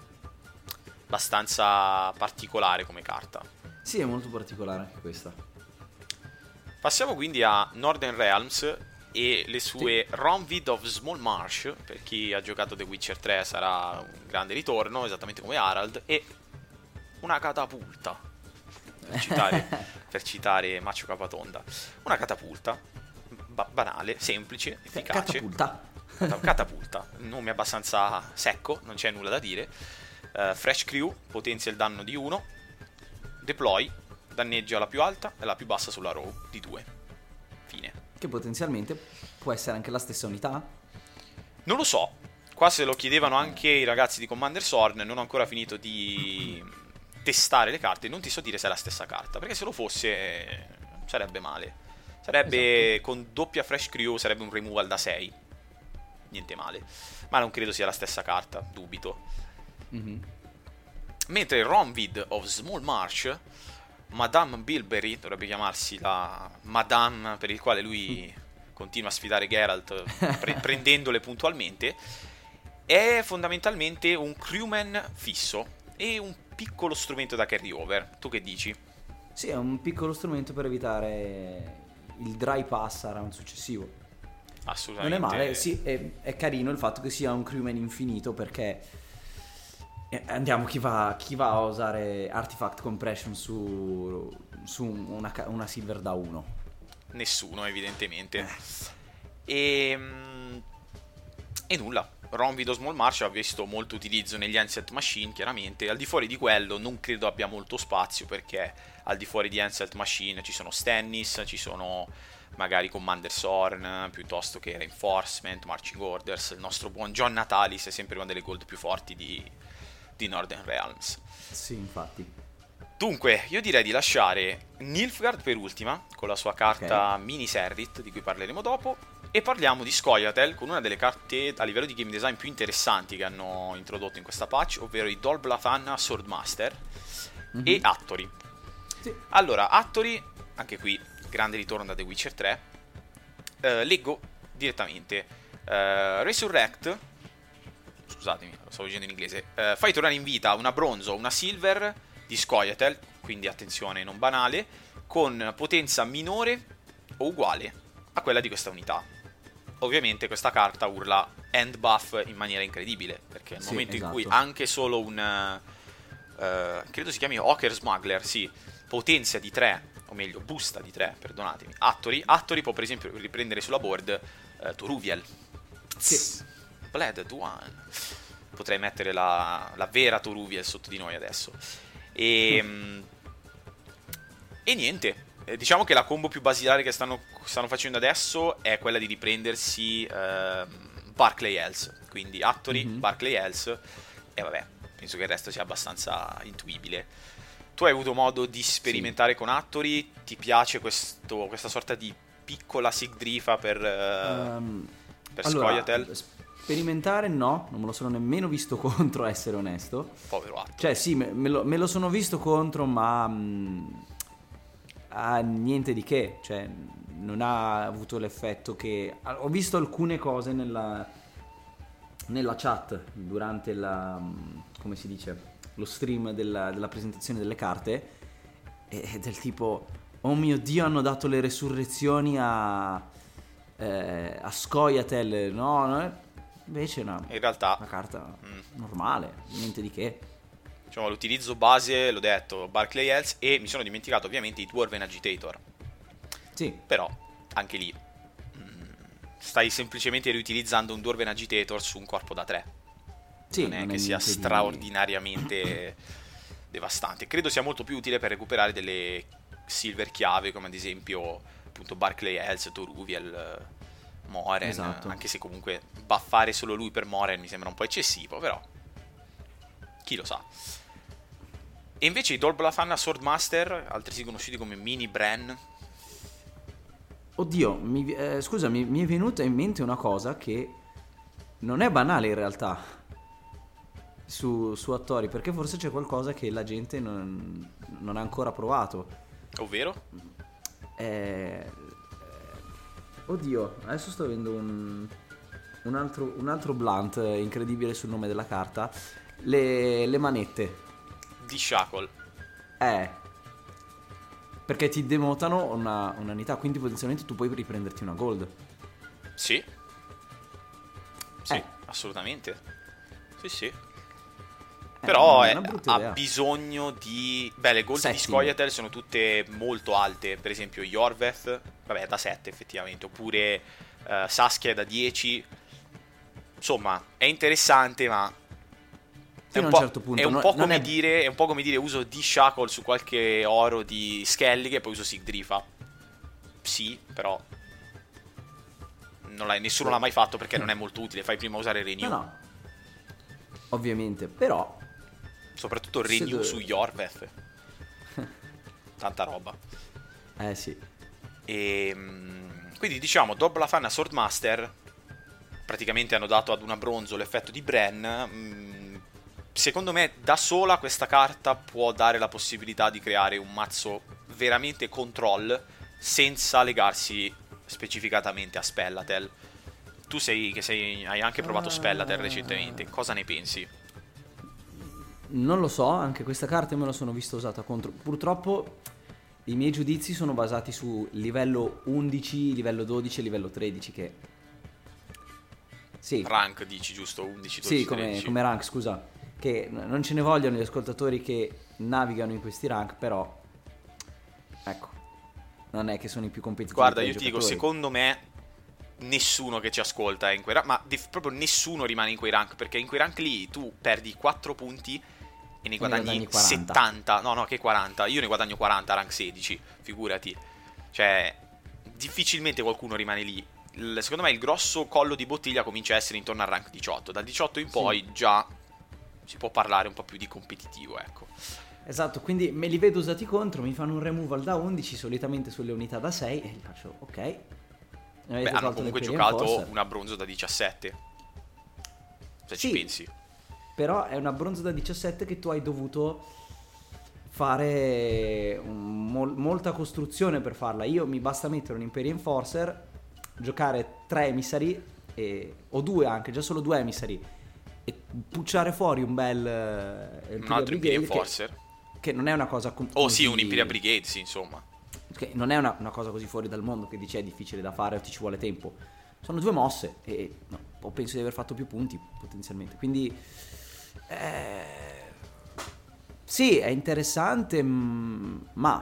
abbastanza particolare come carta. Sì, è molto particolare anche questa. Passiamo quindi a Northern Realms e le sue sì. Ronvid of Small Marsh. Per chi ha giocato The Witcher tre sarà un grande ritorno, esattamente come Harald, e una catapulta, per citare, per citare Maccio Capatonda. Una catapulta ba- banale, semplice, efficace. Catapulta. Cata- catapulta, nome abbastanza secco, non c'è nulla da dire. uh, Fresh Crew, potenzia il danno di uno. Deploy, danneggia la più alta e la più bassa sulla row di due. Fine. Che potenzialmente può essere anche la stessa unità? Non lo so. Qua se lo chiedevano anche i ragazzi di Commander Sorn. Non ho ancora finito di testare le carte. Non ti so dire se è la stessa carta, perché se lo fosse eh, sarebbe male. Sarebbe, esatto, con doppia Fresh Crew sarebbe un removal da sei. Niente male. Ma non credo sia la stessa carta, dubito. Mm-hmm. Mentre Ronvid of Small Marsh, Madame Bilberry, dovrebbe chiamarsi la Madame per il quale lui continua a sfidare Geralt pre- prendendole puntualmente, è fondamentalmente un crewman fisso e un piccolo strumento da carry over. Tu che dici? Sì, è un piccolo strumento per evitare il dry pass a round successivo. Assolutamente. Non è male, sì, è, è carino il fatto che sia un crewman infinito, perché andiamo, chi va, chi va a usare Artifact Compression su, su una, una Silver da uno? Nessuno, evidentemente. E, e nulla. Ronvid of Small Marsh ha visto molto utilizzo negli Ancient Machine, chiaramente. Al di fuori di quello non credo abbia molto spazio, perché al di fuori di Ancient Machine ci sono Stannis, ci sono magari Commander Sorn, piuttosto che Reinforcement, Marching Orders. Il nostro buon John Natalis è sempre una delle gold più forti di, di Northern Realms. Sì, infatti. Dunque, io direi di lasciare Nilfgaard per ultima, con la sua carta okay. Mini Serrit, di cui parleremo dopo, e parliamo di Scoia'tael, con una delle carte a livello di game design più interessanti che hanno introdotto in questa patch, ovvero i Dol Blathanna Swordmaster mm-hmm. e Hattori. Sì. Allora, Hattori, anche qui, grande ritorno da The Witcher tre. Uh, leggo direttamente. Uh, Resurrect, scusatemi, lo stavo dicendo in inglese. Uh, fai tornare in vita una bronzo, una silver di Scoia'tael, quindi attenzione, non banale, con potenza minore o uguale a quella di questa unità. Ovviamente questa carta urla end buff in maniera incredibile, perché nel sì, momento esatto. in cui anche solo un uh, credo si chiami Hawker Smuggler, sì, potenza di tre o meglio busta di tre, perdonatemi, Hattori. Hattori può per esempio riprendere sulla board uh, Toruviel. Sì. Bled One. Potrei mettere la, la vera Toruviel sotto di noi adesso. E, mm. e niente, eh, diciamo che la combo più basilare che stanno, stanno facendo adesso è quella di riprendersi eh, Barclay Hells. Quindi Hattori, mm-hmm. Barclay Hells. E vabbè, penso che il resto sia abbastanza intuibile. Tu hai avuto modo di sperimentare sì. con Hattori? Ti piace questo, questa sorta di piccola Sigdrifa per, uh, um, per allora, Scoia'tael? Sperimentare no, non me lo sono nemmeno visto contro, a essere onesto. Povero Hattori. Cioè sì, me, me, lo, me lo sono visto contro, ma mh, ha niente di che. Cioè non ha avuto l'effetto che... Ho visto alcune cose nella, nella chat durante la... come si dice... lo stream della, della presentazione delle carte, e del tipo oh mio Dio, hanno dato le resurrezioni a eh, a Scoia'tael, no, no, invece è una, in realtà una carta mm. normale, niente di che. Diciamo l'utilizzo base, l'ho detto, Barclay Hells, e mi sono dimenticato ovviamente i Dwarven Agitator. Sì. Però anche lì mm, stai semplicemente riutilizzando un Dwarven Agitator su un corpo da tre. Sì, non è non che è sia straordinariamente devastante. Credo sia molto più utile per recuperare delle silver chiave, come ad esempio appunto Barclay Hells, Toruviel, Moren. Esatto. Anche se comunque buffare solo lui per Moren mi sembra un po' eccessivo, però chi lo sa. E invece i Dolblafanna Swordmaster, altresì conosciuti come Mini Bren. Oddio, mi, eh, scusa, mi, mi è venuta in mente una cosa che non è banale in realtà. Su, su Hattori, perché forse c'è qualcosa che la gente non, non ha ancora provato. Ovvero? Eh, oddio, adesso sto avendo un, un, altro, un altro blunt incredibile sul nome della carta. Le, le manette di Shackle. Eh Perché ti demotano una, un'unità, quindi potenzialmente tu puoi riprenderti una gold. Sì. Sì, eh. assolutamente. Sì, sì. Però è è, ha bisogno di... Beh, le gold Setting. Di Scoia'tael sono tutte molto alte. Per esempio Yorveth, vabbè, da sette effettivamente. Oppure uh, Saskia da dieci. Insomma, è interessante, ma è un, un po', certo punto. è, un non, po come è... dire, è un po' come dire uso di Shackle su qualche oro di Skellige e poi uso Sigdrifa. Sì, però non l'ha, nessuno l'ha mai fatto perché non è molto utile. Fai prima usare Renew. No, no. Ovviamente, però soprattutto Renew dove... su Yorveth. Tanta roba. Eh sì. E quindi diciamo Dolblafanna Swordmaster praticamente hanno dato ad una bronzo l'effetto di Bren. Secondo me da sola questa carta può dare la possibilità di creare un mazzo veramente control senza legarsi specificatamente a Spellatel. Tu sei che sei hai anche provato Spellatel recentemente, cosa ne pensi? Non lo so, anche questa carta me la sono vista usata contro. Purtroppo i miei giudizi sono basati su livello undici, livello dodici e livello tredici che... Sì. Rank dici, giusto? undici, dodici, sì, come, tredici. Come rank, scusa. Che non ce ne vogliono gli ascoltatori che navigano in questi rank, però... Ecco, non è che sono i più competitivi. Guarda, io ti dico, secondo me nessuno che ci ascolta è in quei rank, ma def- proprio nessuno rimane in quei rank, perché in quei rank lì tu perdi quattro punti e ne guadagni, ne guadagni settanta. No, no, che quaranta. Io ne guadagno quaranta rank sedici, figurati. Cioè, difficilmente qualcuno rimane lì. Il, secondo me il grosso collo di bottiglia comincia a essere intorno al rank diciotto. Dal diciotto in poi sì. già si può parlare un po' più di competitivo, ecco. Esatto, quindi me li vedo usati contro, mi fanno un removal da undici, solitamente sulle unità da sei, e gli faccio ok. Beh, hanno comunque giocato una bronzo da diciassette, se sì, ci pensi. Però è una bronzo da diciassette che tu hai dovuto fare un, mol, molta costruzione per farla. Io mi basta mettere un Imperial Enforcer, giocare tre emissari e, o due anche, già solo due emissari, e pucciare fuori un bel eh, un altro Imperial Enforcer che, che non è una cosa com- oh sì, un Imperial Brigade, sì, insomma, che non è una, una cosa così fuori dal mondo che dici è difficile da fare o ti ci vuole tempo. Sono due mosse e no, penso di aver fatto più punti potenzialmente, quindi eh, sì, è interessante, ma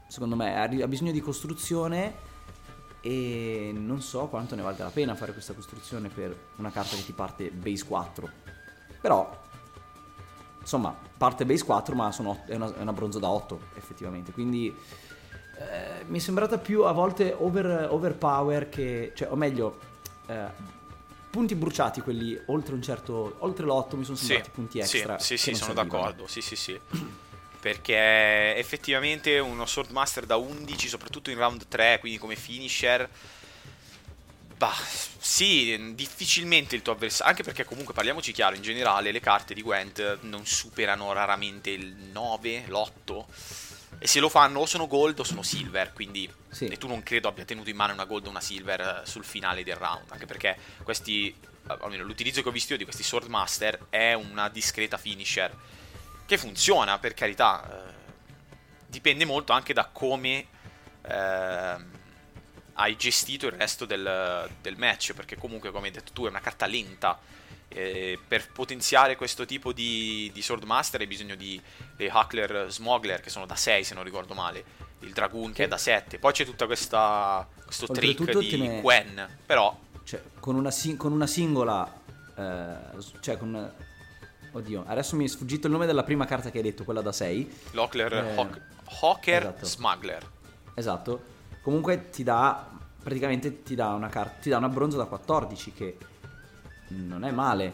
secondo me, ha, ha bisogno di costruzione e non so quanto ne valga la pena fare questa costruzione per una carta che ti parte base quattro. Però, insomma, parte base quattro ma sono otto, è, una, è una bronzo da otto effettivamente, quindi eh, mi è sembrata più a volte over, overpower che, cioè, o meglio, eh, punti bruciati, quelli oltre un certo, oltre l'otto mi sono sembrati sì, punti extra. Sì, sì, sì, sono servivano. d'accordo, sì, sì, sì. Perché effettivamente uno Swordmaster da undici, soprattutto in round tre, quindi come finisher, bah, sì, difficilmente il tuo avversario, anche perché comunque parliamoci chiaro, in generale le carte di Gwent non superano raramente il nove, l'otto, e se lo fanno o sono gold o sono silver, quindi sì. E tu non credo abbia tenuto in mano una gold o una silver sul finale del round, anche perché questi, almeno l'utilizzo che ho visto io di questi Swordmaster è una discreta finisher che funziona, per carità, eh, dipende molto anche da come eh, hai gestito il resto del, del match, perché comunque, come hai detto tu, è una carta lenta. Eh, per potenziare questo tipo di, di Swordmaster hai bisogno di dei Huckler Smuggler, che sono da sei se non ricordo male, il Dragoon che è da sette, poi c'è tutta questa questo trick di ne... Gwen, però cioè, con una, si- con una singola eh, cioè con una... Oddio, adesso mi è sfuggito il nome della prima carta che hai detto, quella da sei. l'Huckler eh, Hawk, Hawker esatto. Smuggler. Esatto. Comunque ti dà, praticamente ti dà una carta, ti dà una bronzo da quattordici, che non è male.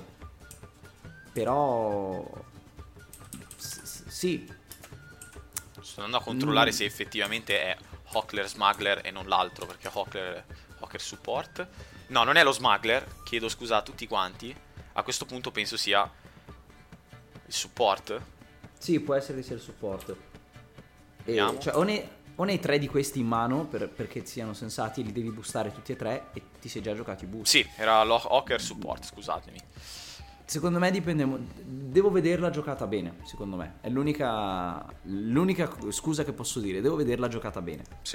Però s- sì. Sto andando a controllare Mm. se effettivamente è Hawker Smuggler e non l'altro, perché Hawker, Hawker Support. No, non è lo Smuggler, chiedo scusa a tutti quanti. A questo punto penso sia il Support. Sì, può essere che sia il supporto. E, Vediamo. cioè, o ne, o ne hai tre di questi in mano per- perché siano sensati, li devi boostare tutti e tre e ti sei già giocato i boost. Sì, era lo Hawker Support, scusatemi. Secondo me dipende, mo- devo vederla giocata bene, secondo me. È l'unica, l'unica scusa che posso dire, devo vederla giocata bene. Sì.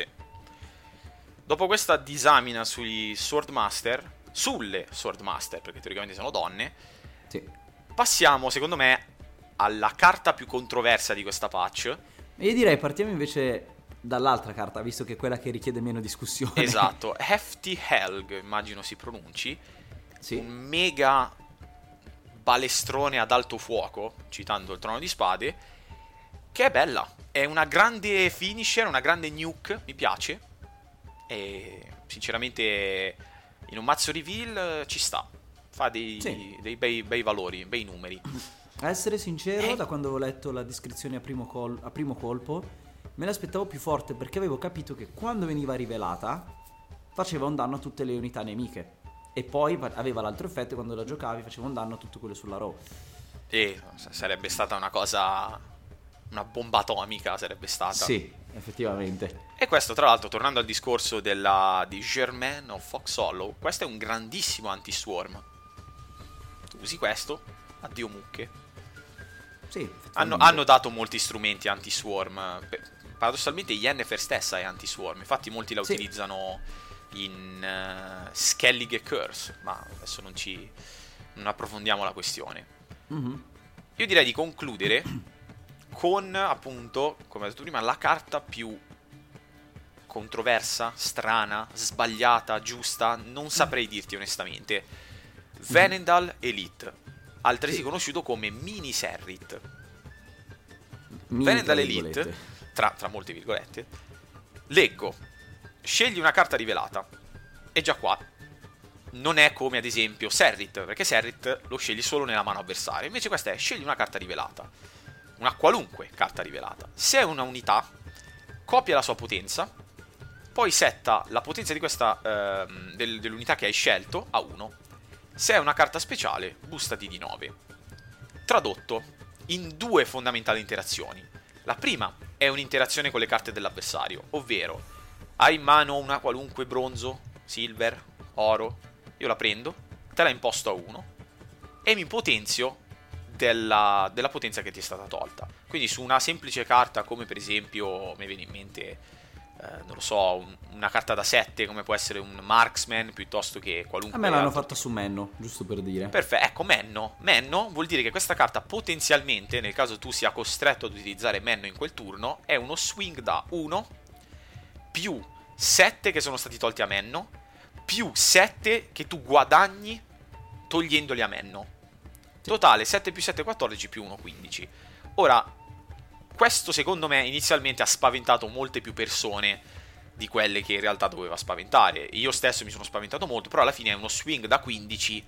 Dopo questa disamina sui Swordmaster, sulle Swordmaster, perché teoricamente sono donne, Sì. passiamo, secondo me, alla carta più controversa di questa patch. E io direi partiamo invece dall'altra carta, visto che è quella che richiede meno discussione. Esatto, Hefty Helg, immagino si pronunci. Sì. Un mega balestrone ad alto fuoco, citando il Trono di Spade, che è bella. È una grande finisher, una grande nuke, mi piace. E sinceramente in un mazzo reveal ci sta. Fa dei, Sì. dei bei, bei valori, bei numeri. A essere sincero, Eh. da quando avevo letto la descrizione a primo, col- a primo colpo, me l'aspettavo più forte perché avevo capito che quando veniva rivelata faceva un danno a tutte le unità nemiche. E poi fa- aveva l'altro effetto, quando la giocavi faceva un danno a tutto quello sulla row. E sarebbe stata una cosa, una bomba atomica sarebbe stata. Sì, effettivamente. E questo, tra l'altro, tornando al discorso della, di Germain o Fox Hollow, questo è un grandissimo anti-swarm. Tu usi questo, addio mucche. Sì, Hanno, effettivamente. hanno dato molti strumenti anti-swarm. Beh, paradossalmente Yennefer stessa è anti-swarm, infatti molti la Sì. utilizzano in uh, Skellig e Curse, ma adesso non ci non approfondiamo la questione. Mhm. Io direi di concludere con, appunto, come ho detto prima, la carta più controversa, strana, sbagliata, giusta, non saprei dirti onestamente. Venendal Elite, altresì Sì. conosciuto come Mini Serrit. Mini, Venendal tra Elite, virgolette. tra, tra molte virgolette, leggo, scegli una carta rivelata. E già qua non è come ad esempio Serrit, perché Serrit lo scegli solo nella mano avversaria. Invece questa è scegli una carta rivelata, una qualunque carta rivelata. Se è una unità, copia la sua potenza, poi setta la potenza di questa ehm, del- dell'unità che hai scelto a uno. Se è una carta speciale, boostati di nove. Tradotto in due fondamentali interazioni. La prima è un'interazione con le carte dell'avversario, ovvero hai in mano una qualunque bronzo, silver, oro, io la prendo, te la imposto a uno e mi potenzio della, della potenza che ti è stata tolta. Quindi su una semplice carta come per esempio, mi viene in mente, eh, non lo so, un- una carta da sette come può essere un marksman piuttosto che qualunque A me l'hanno altro fatta su Menno, giusto per dire. Perfetto, ecco Menno. Menno vuol dire che questa carta potenzialmente, nel caso tu sia costretto ad utilizzare Menno in quel turno, è uno swing da uno più sette che sono stati tolti a Menno, più sette che tu guadagni togliendoli a Menno. Totale sette più sette, quattordici, più uno, quindici. Ora, questo secondo me inizialmente ha spaventato molte più persone di quelle che in realtà doveva spaventare. Io stesso mi sono spaventato molto, però alla fine è uno swing da quindici.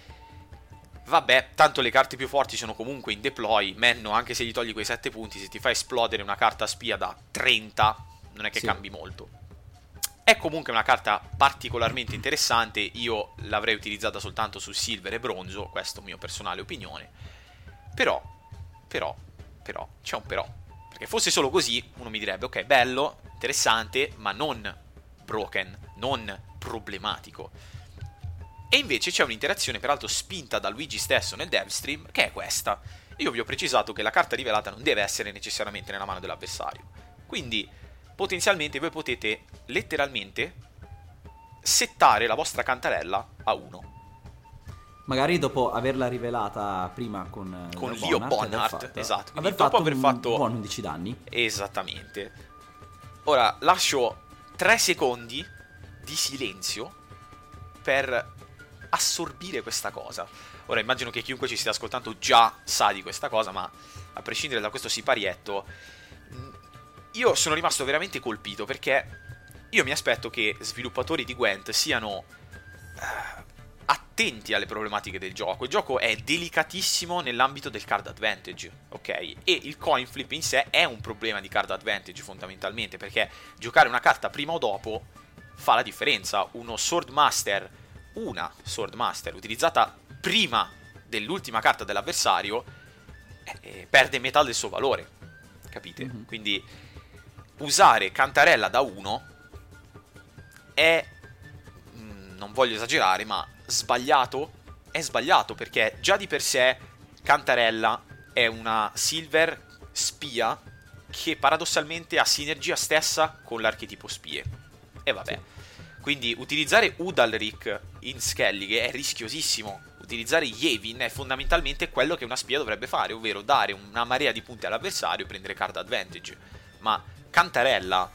Vabbè, tanto le carte più forti sono comunque in deploy. Menno, anche se gli togli quei sette punti, se ti fa esplodere una carta spia da trenta, non è che sì. cambi molto. È comunque una carta particolarmente interessante. Io l'avrei utilizzata soltanto su silver e bronzo, questo è mio personale opinione. Però, però, però, c'è un però. Perché fosse solo così, uno mi direbbe, ok, bello, interessante, ma non broken, non problematico. E invece c'è un'interazione peraltro spinta da Luigi stesso nel devstream, che è questa. Io vi ho precisato che la carta rivelata non deve essere necessariamente nella mano dell'avversario. Quindi potenzialmente voi potete letteralmente settare la vostra cantarella a uno. Magari dopo averla rivelata prima con, con Leo Bonhart, fatto, esatto. Aver dopo fatto aver fatto buon undici danni. Esattamente. Ora lascio tre secondi di silenzio per assorbire questa cosa. Ora immagino che chiunque ci stia ascoltando già sa di questa cosa, ma a prescindere da questo siparietto, io sono rimasto veramente colpito, perché io mi aspetto che sviluppatori di Gwent siano uh, attenti alle problematiche del gioco. Il gioco è delicatissimo nell'ambito del card advantage, ok? E il coin flip in sé è un problema di card advantage fondamentalmente, perché giocare una carta prima o dopo fa la differenza. Uno Swordmaster, una Swordmaster utilizzata prima dell'ultima carta dell'avversario eh, perde metà del suo valore, capite? Mm-hmm. Quindi usare cantarella da uno è, mh, non voglio esagerare, ma sbagliato. È sbagliato perché già di per sé cantarella è una silver spia che paradossalmente ha sinergia stessa con l'archetipo spie. E vabbè, sì. Quindi utilizzare Udalric in Skellige è rischiosissimo. Utilizzare Yevin è fondamentalmente quello che una spia dovrebbe fare, ovvero dare una marea di punti all'avversario e prendere card advantage. Ma cantarella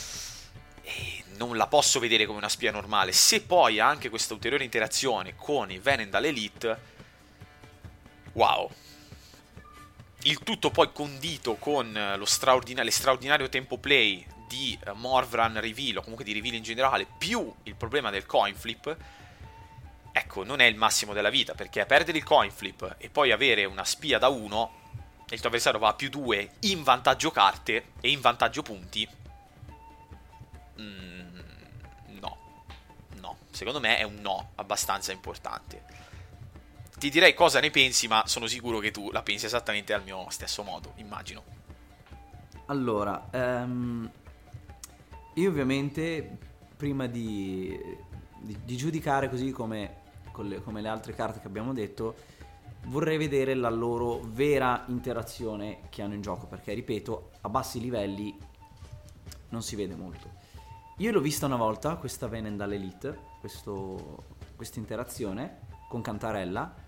eh, non la posso vedere come una spia normale. Se poi ha anche questa ulteriore interazione con i Venendal Elite, wow. Il tutto poi condito con lo straordinario, straordinario tempo play di Morvran Reveal, o comunque di Reveal in generale, più il problema del coin flip. Ecco, non è il massimo della vita, perché perdere il coin flip e poi avere una spia da uno e il tuo avversario va a più due in vantaggio carte e in vantaggio punti, mm, no, no, secondo me è un no abbastanza importante. Ti direi cosa ne pensi, ma sono sicuro che tu la pensi esattamente al mio stesso modo, immagino. Allora, um, io ovviamente prima di, di, di giudicare così come, con le, come le altre carte che abbiamo detto, vorrei vedere la loro vera interazione che hanno in gioco, perché ripeto, a bassi livelli non si vede molto. Io l'ho vista una volta, questa Venendal Elite, questo, questa interazione con Cantarella,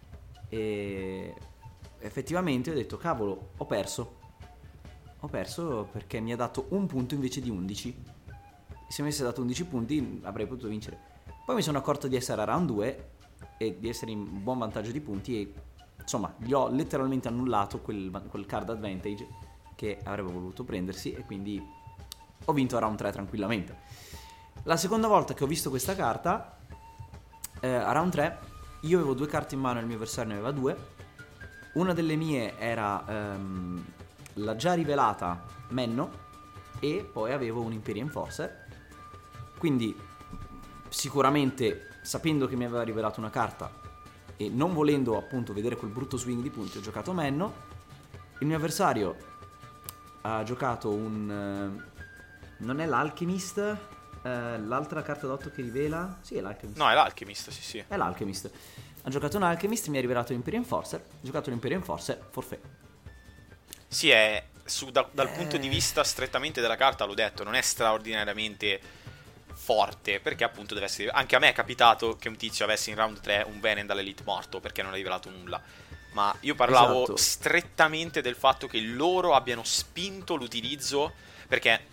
e effettivamente ho detto, cavolo, ho perso. Ho perso perché mi ha dato un punto invece di undici. Se mi avesse dato undici punti avrei potuto vincere. Poi mi sono accorto di essere a round due e di essere in buon vantaggio di punti e insomma gli ho letteralmente annullato quel, quel card advantage che avrebbe voluto prendersi, e quindi ho vinto a round tre tranquillamente. La seconda volta che ho visto questa carta, eh, a round tre io avevo due carte in mano e il mio avversario ne aveva due. Una delle mie era ehm, la già rivelata Menno, e poi avevo un Imperial Enforcer. Quindi sicuramente, sapendo che mi aveva rivelato una carta e non volendo appunto vedere quel brutto swing di punti, ho giocato Menno. Il mio avversario ha giocato un uh, non è l'Alchemist, uh, l'altra carta d'otto che rivela, sì è l'Alchemist, no è l'Alchemist, sì sì è l'Alchemist. Ha giocato un Alchemist, mi ha rivelato l'Imperial Enforcer, ho giocato l'Imperial Enforcer, forfait. Sì, è su, da, dal eh... punto di vista strettamente della carta, l'ho detto, non è straordinariamente forte, perché appunto deve essere. Anche a me è capitato che un tizio avesse in round tre un Venendal Elite morto perché non ha rivelato nulla. Ma io parlavo esatto. strettamente del fatto che loro abbiano spinto l'utilizzo, perché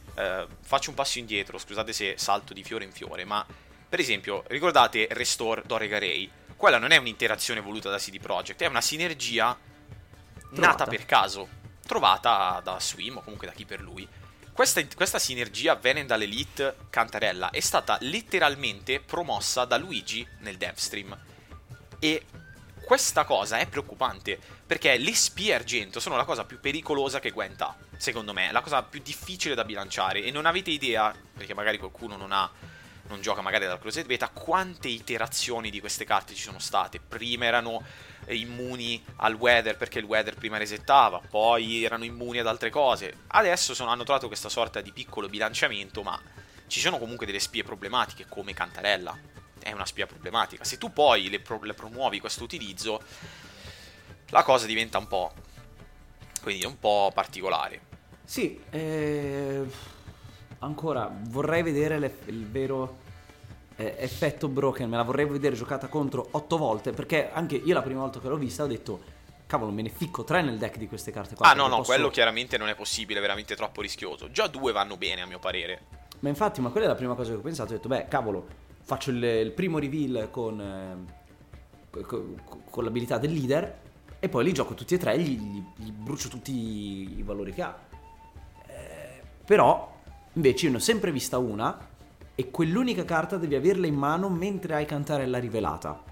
eh, faccio un passo indietro, scusate se salto di fiore in fiore, ma per esempio, ricordate Restore Dorega Ray? Quella non è un'interazione voluta da C D Projekt, è una sinergia Trovata. nata per caso, trovata da Swim o comunque da chi per lui. Questa, questa sinergia Venendal Elite Cantarella è stata letteralmente promossa da Luigi nel devstream. E questa cosa è preoccupante, perché le spie argento sono la cosa più pericolosa che Gwent ha, secondo me, la cosa più difficile da bilanciare. E non avete idea, perché magari qualcuno non ha non gioca magari dalla Closed Beta, quante iterazioni di queste carte ci sono state. Prima erano immuni al weather perché il weather prima resettava, poi erano immuni ad altre cose, adesso sono, hanno trovato questa sorta di piccolo bilanciamento, ma ci sono comunque delle spie problematiche come Cantarella, è una spia problematica. Se tu poi le, pro- le promuovi questo utilizzo, la cosa diventa un po', quindi un po' particolare. Sì, eh, ancora vorrei vedere le, il vero eh, effetto Broken, me la vorrei vedere giocata contro otto volte, perché anche io la prima volta che l'ho vista ho detto cavolo, me ne ficco tre nel deck di queste carte qua. Ah no no, posso... quello chiaramente non è possibile, è veramente troppo rischioso. Già due vanno bene a mio parere. Ma infatti, ma quella è la prima cosa che ho pensato, ho detto beh cavolo, faccio il, il primo reveal con, eh, con, con l'abilità del leader e poi li gioco tutti e tre, gli, gli, gli brucio tutti i valori che ha. Eh, però invece io ne ho sempre vista una e quell'unica carta devi averla in mano mentre hai Cantarella rivelata.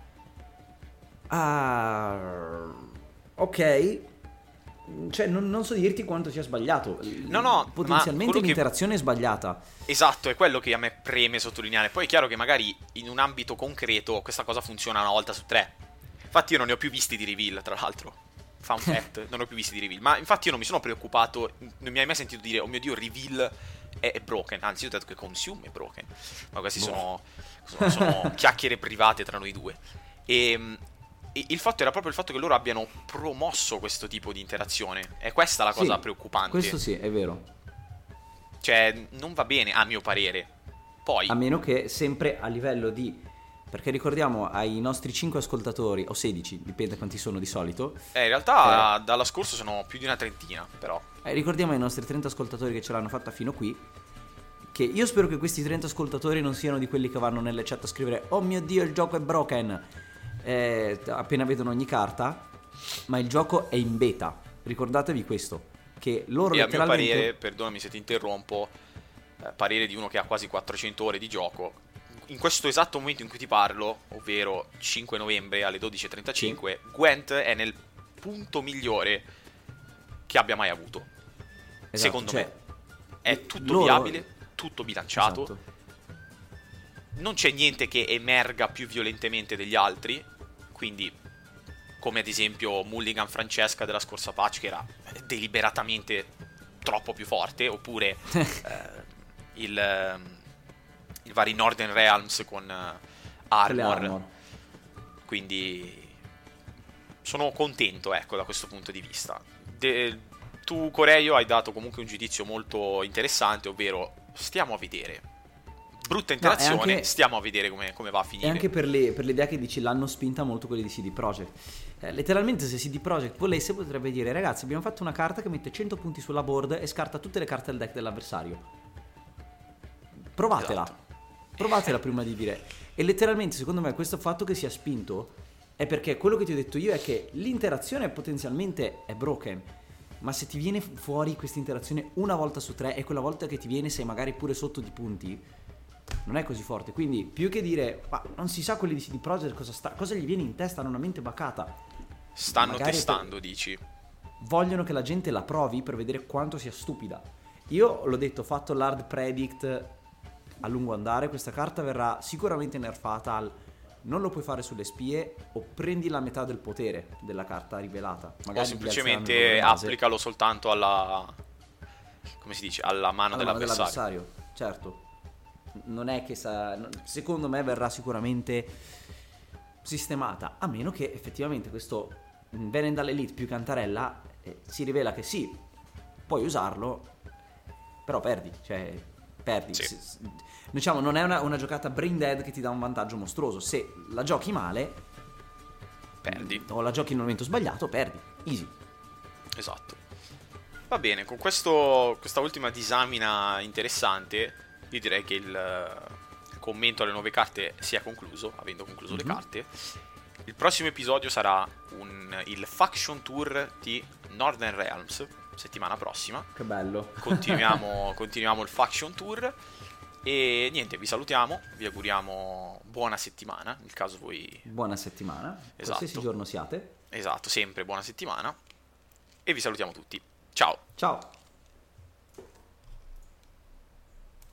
Ah, ok, cioè non, non so dirti quanto sia sbagliato. No no, potenzialmente l'interazione che... è sbagliata. Esatto, è quello che a me preme sottolineare. Poi è chiaro che magari in un ambito concreto questa cosa funziona una volta su tre. Infatti io non ne ho più visti di reveal, tra l'altro. Fun fact, non ho più visti di reveal. Ma infatti io non mi sono preoccupato, non mi hai mai sentito dire oh mio dio, reveal è, è broken. Anzi, io ho detto che consume è broken. Ma questi sono, sono, sono chiacchiere private tra noi due. E, e il fatto era proprio il fatto che loro abbiano promosso questo tipo di interazione. È questa la cosa sì, preoccupante. Questo sì, è vero. Cioè, non va bene, a mio parere. Poi a meno che sempre a livello di... Perché ricordiamo ai nostri cinque ascoltatori, o sedici, dipende quanti sono di solito. Eh, in realtà eh, dalla scorsa sono più di una trentina, però. Eh, ricordiamo ai nostri trenta ascoltatori che ce l'hanno fatta fino qui, che io spero che questi trenta ascoltatori non siano di quelli che vanno nelle chat a scrivere oh mio dio il gioco è broken, eh, appena vedono ogni carta, ma il gioco è in beta. Ricordatevi questo, che loro e letteralmente... a mio parere, perdonami se ti interrompo, eh, parere di uno che ha quasi quattrocento ore di gioco, in questo esatto momento in cui ti parlo, ovvero cinque novembre alle dodici e trentacinque, sì. Gwent è nel punto migliore che abbia mai avuto. Esatto, secondo cioè, me è tutto loro... viabile, tutto bilanciato, esatto. Non c'è niente che emerga più violentemente degli altri, quindi come ad esempio Mulligan Francesca della scorsa patch, che era deliberatamente troppo più forte, oppure eh, il, il vari Northern Realms con uh, Armor. Armor. Quindi sono contento, ecco, da questo punto di vista. De- tu, Coreio, hai dato comunque un giudizio molto interessante, ovvero stiamo a vedere. Brutta interazione, no, anche, stiamo a vedere come, come va a finire. E anche per, le, per l'idea che dici l'hanno spinta molto quelli di C D Projekt. Eh, letteralmente se C D Projekt volesse potrebbe dire ragazzi abbiamo fatto una carta che mette cento punti sulla board e scarta tutte le carte del deck dell'avversario. Provatela. Esatto. Provatela prima di dire. E letteralmente secondo me questo fatto che sia spinto è perché quello che ti ho detto io è che l'interazione potenzialmente è broken, ma se ti viene fuori questa interazione una volta su tre e quella volta che ti viene sei magari pure sotto di punti, non è così forte. Quindi più che dire ma non si sa quelli di C D Projekt cosa, sta, cosa gli viene in testa, hanno una mente bacata, stanno magari testando per... dici vogliono che la gente la provi per vedere quanto sia stupida. Io l'ho detto, ho fatto l'hard predict a lungo andare, questa carta verrà sicuramente nerfata al non lo puoi fare sulle spie o prendi la metà del potere della carta rivelata, magari o semplicemente applicalo soltanto alla, come si dice, alla mano, alla dell'avversario. mano dell'avversario. Certo, non è che sa... secondo me verrà sicuramente sistemata, a meno che effettivamente questo Venendal Elite più Cantarella eh, si rivela che sì, puoi usarlo, però perdi, cioè perdi. Sì. S- diciamo non è una, una giocata brain dead che ti dà un vantaggio mostruoso. Se la giochi male perdi, o la giochi in un momento sbagliato perdi, easy. Esatto. Va bene, con questo, questa ultima disamina interessante, io direi che il, il commento alle nuove carte sia concluso, avendo concluso mm-hmm. le carte. Il prossimo episodio sarà un, il Faction Tour di Northern Realms, settimana prossima. Che bello. Continuiamo, continuiamo il Faction Tour. E niente, vi salutiamo, vi auguriamo buona settimana, nel caso voi... Buona settimana, esatto. Qualsiasi giorno siate. Esatto, sempre buona settimana. E vi salutiamo tutti. Ciao. Ciao.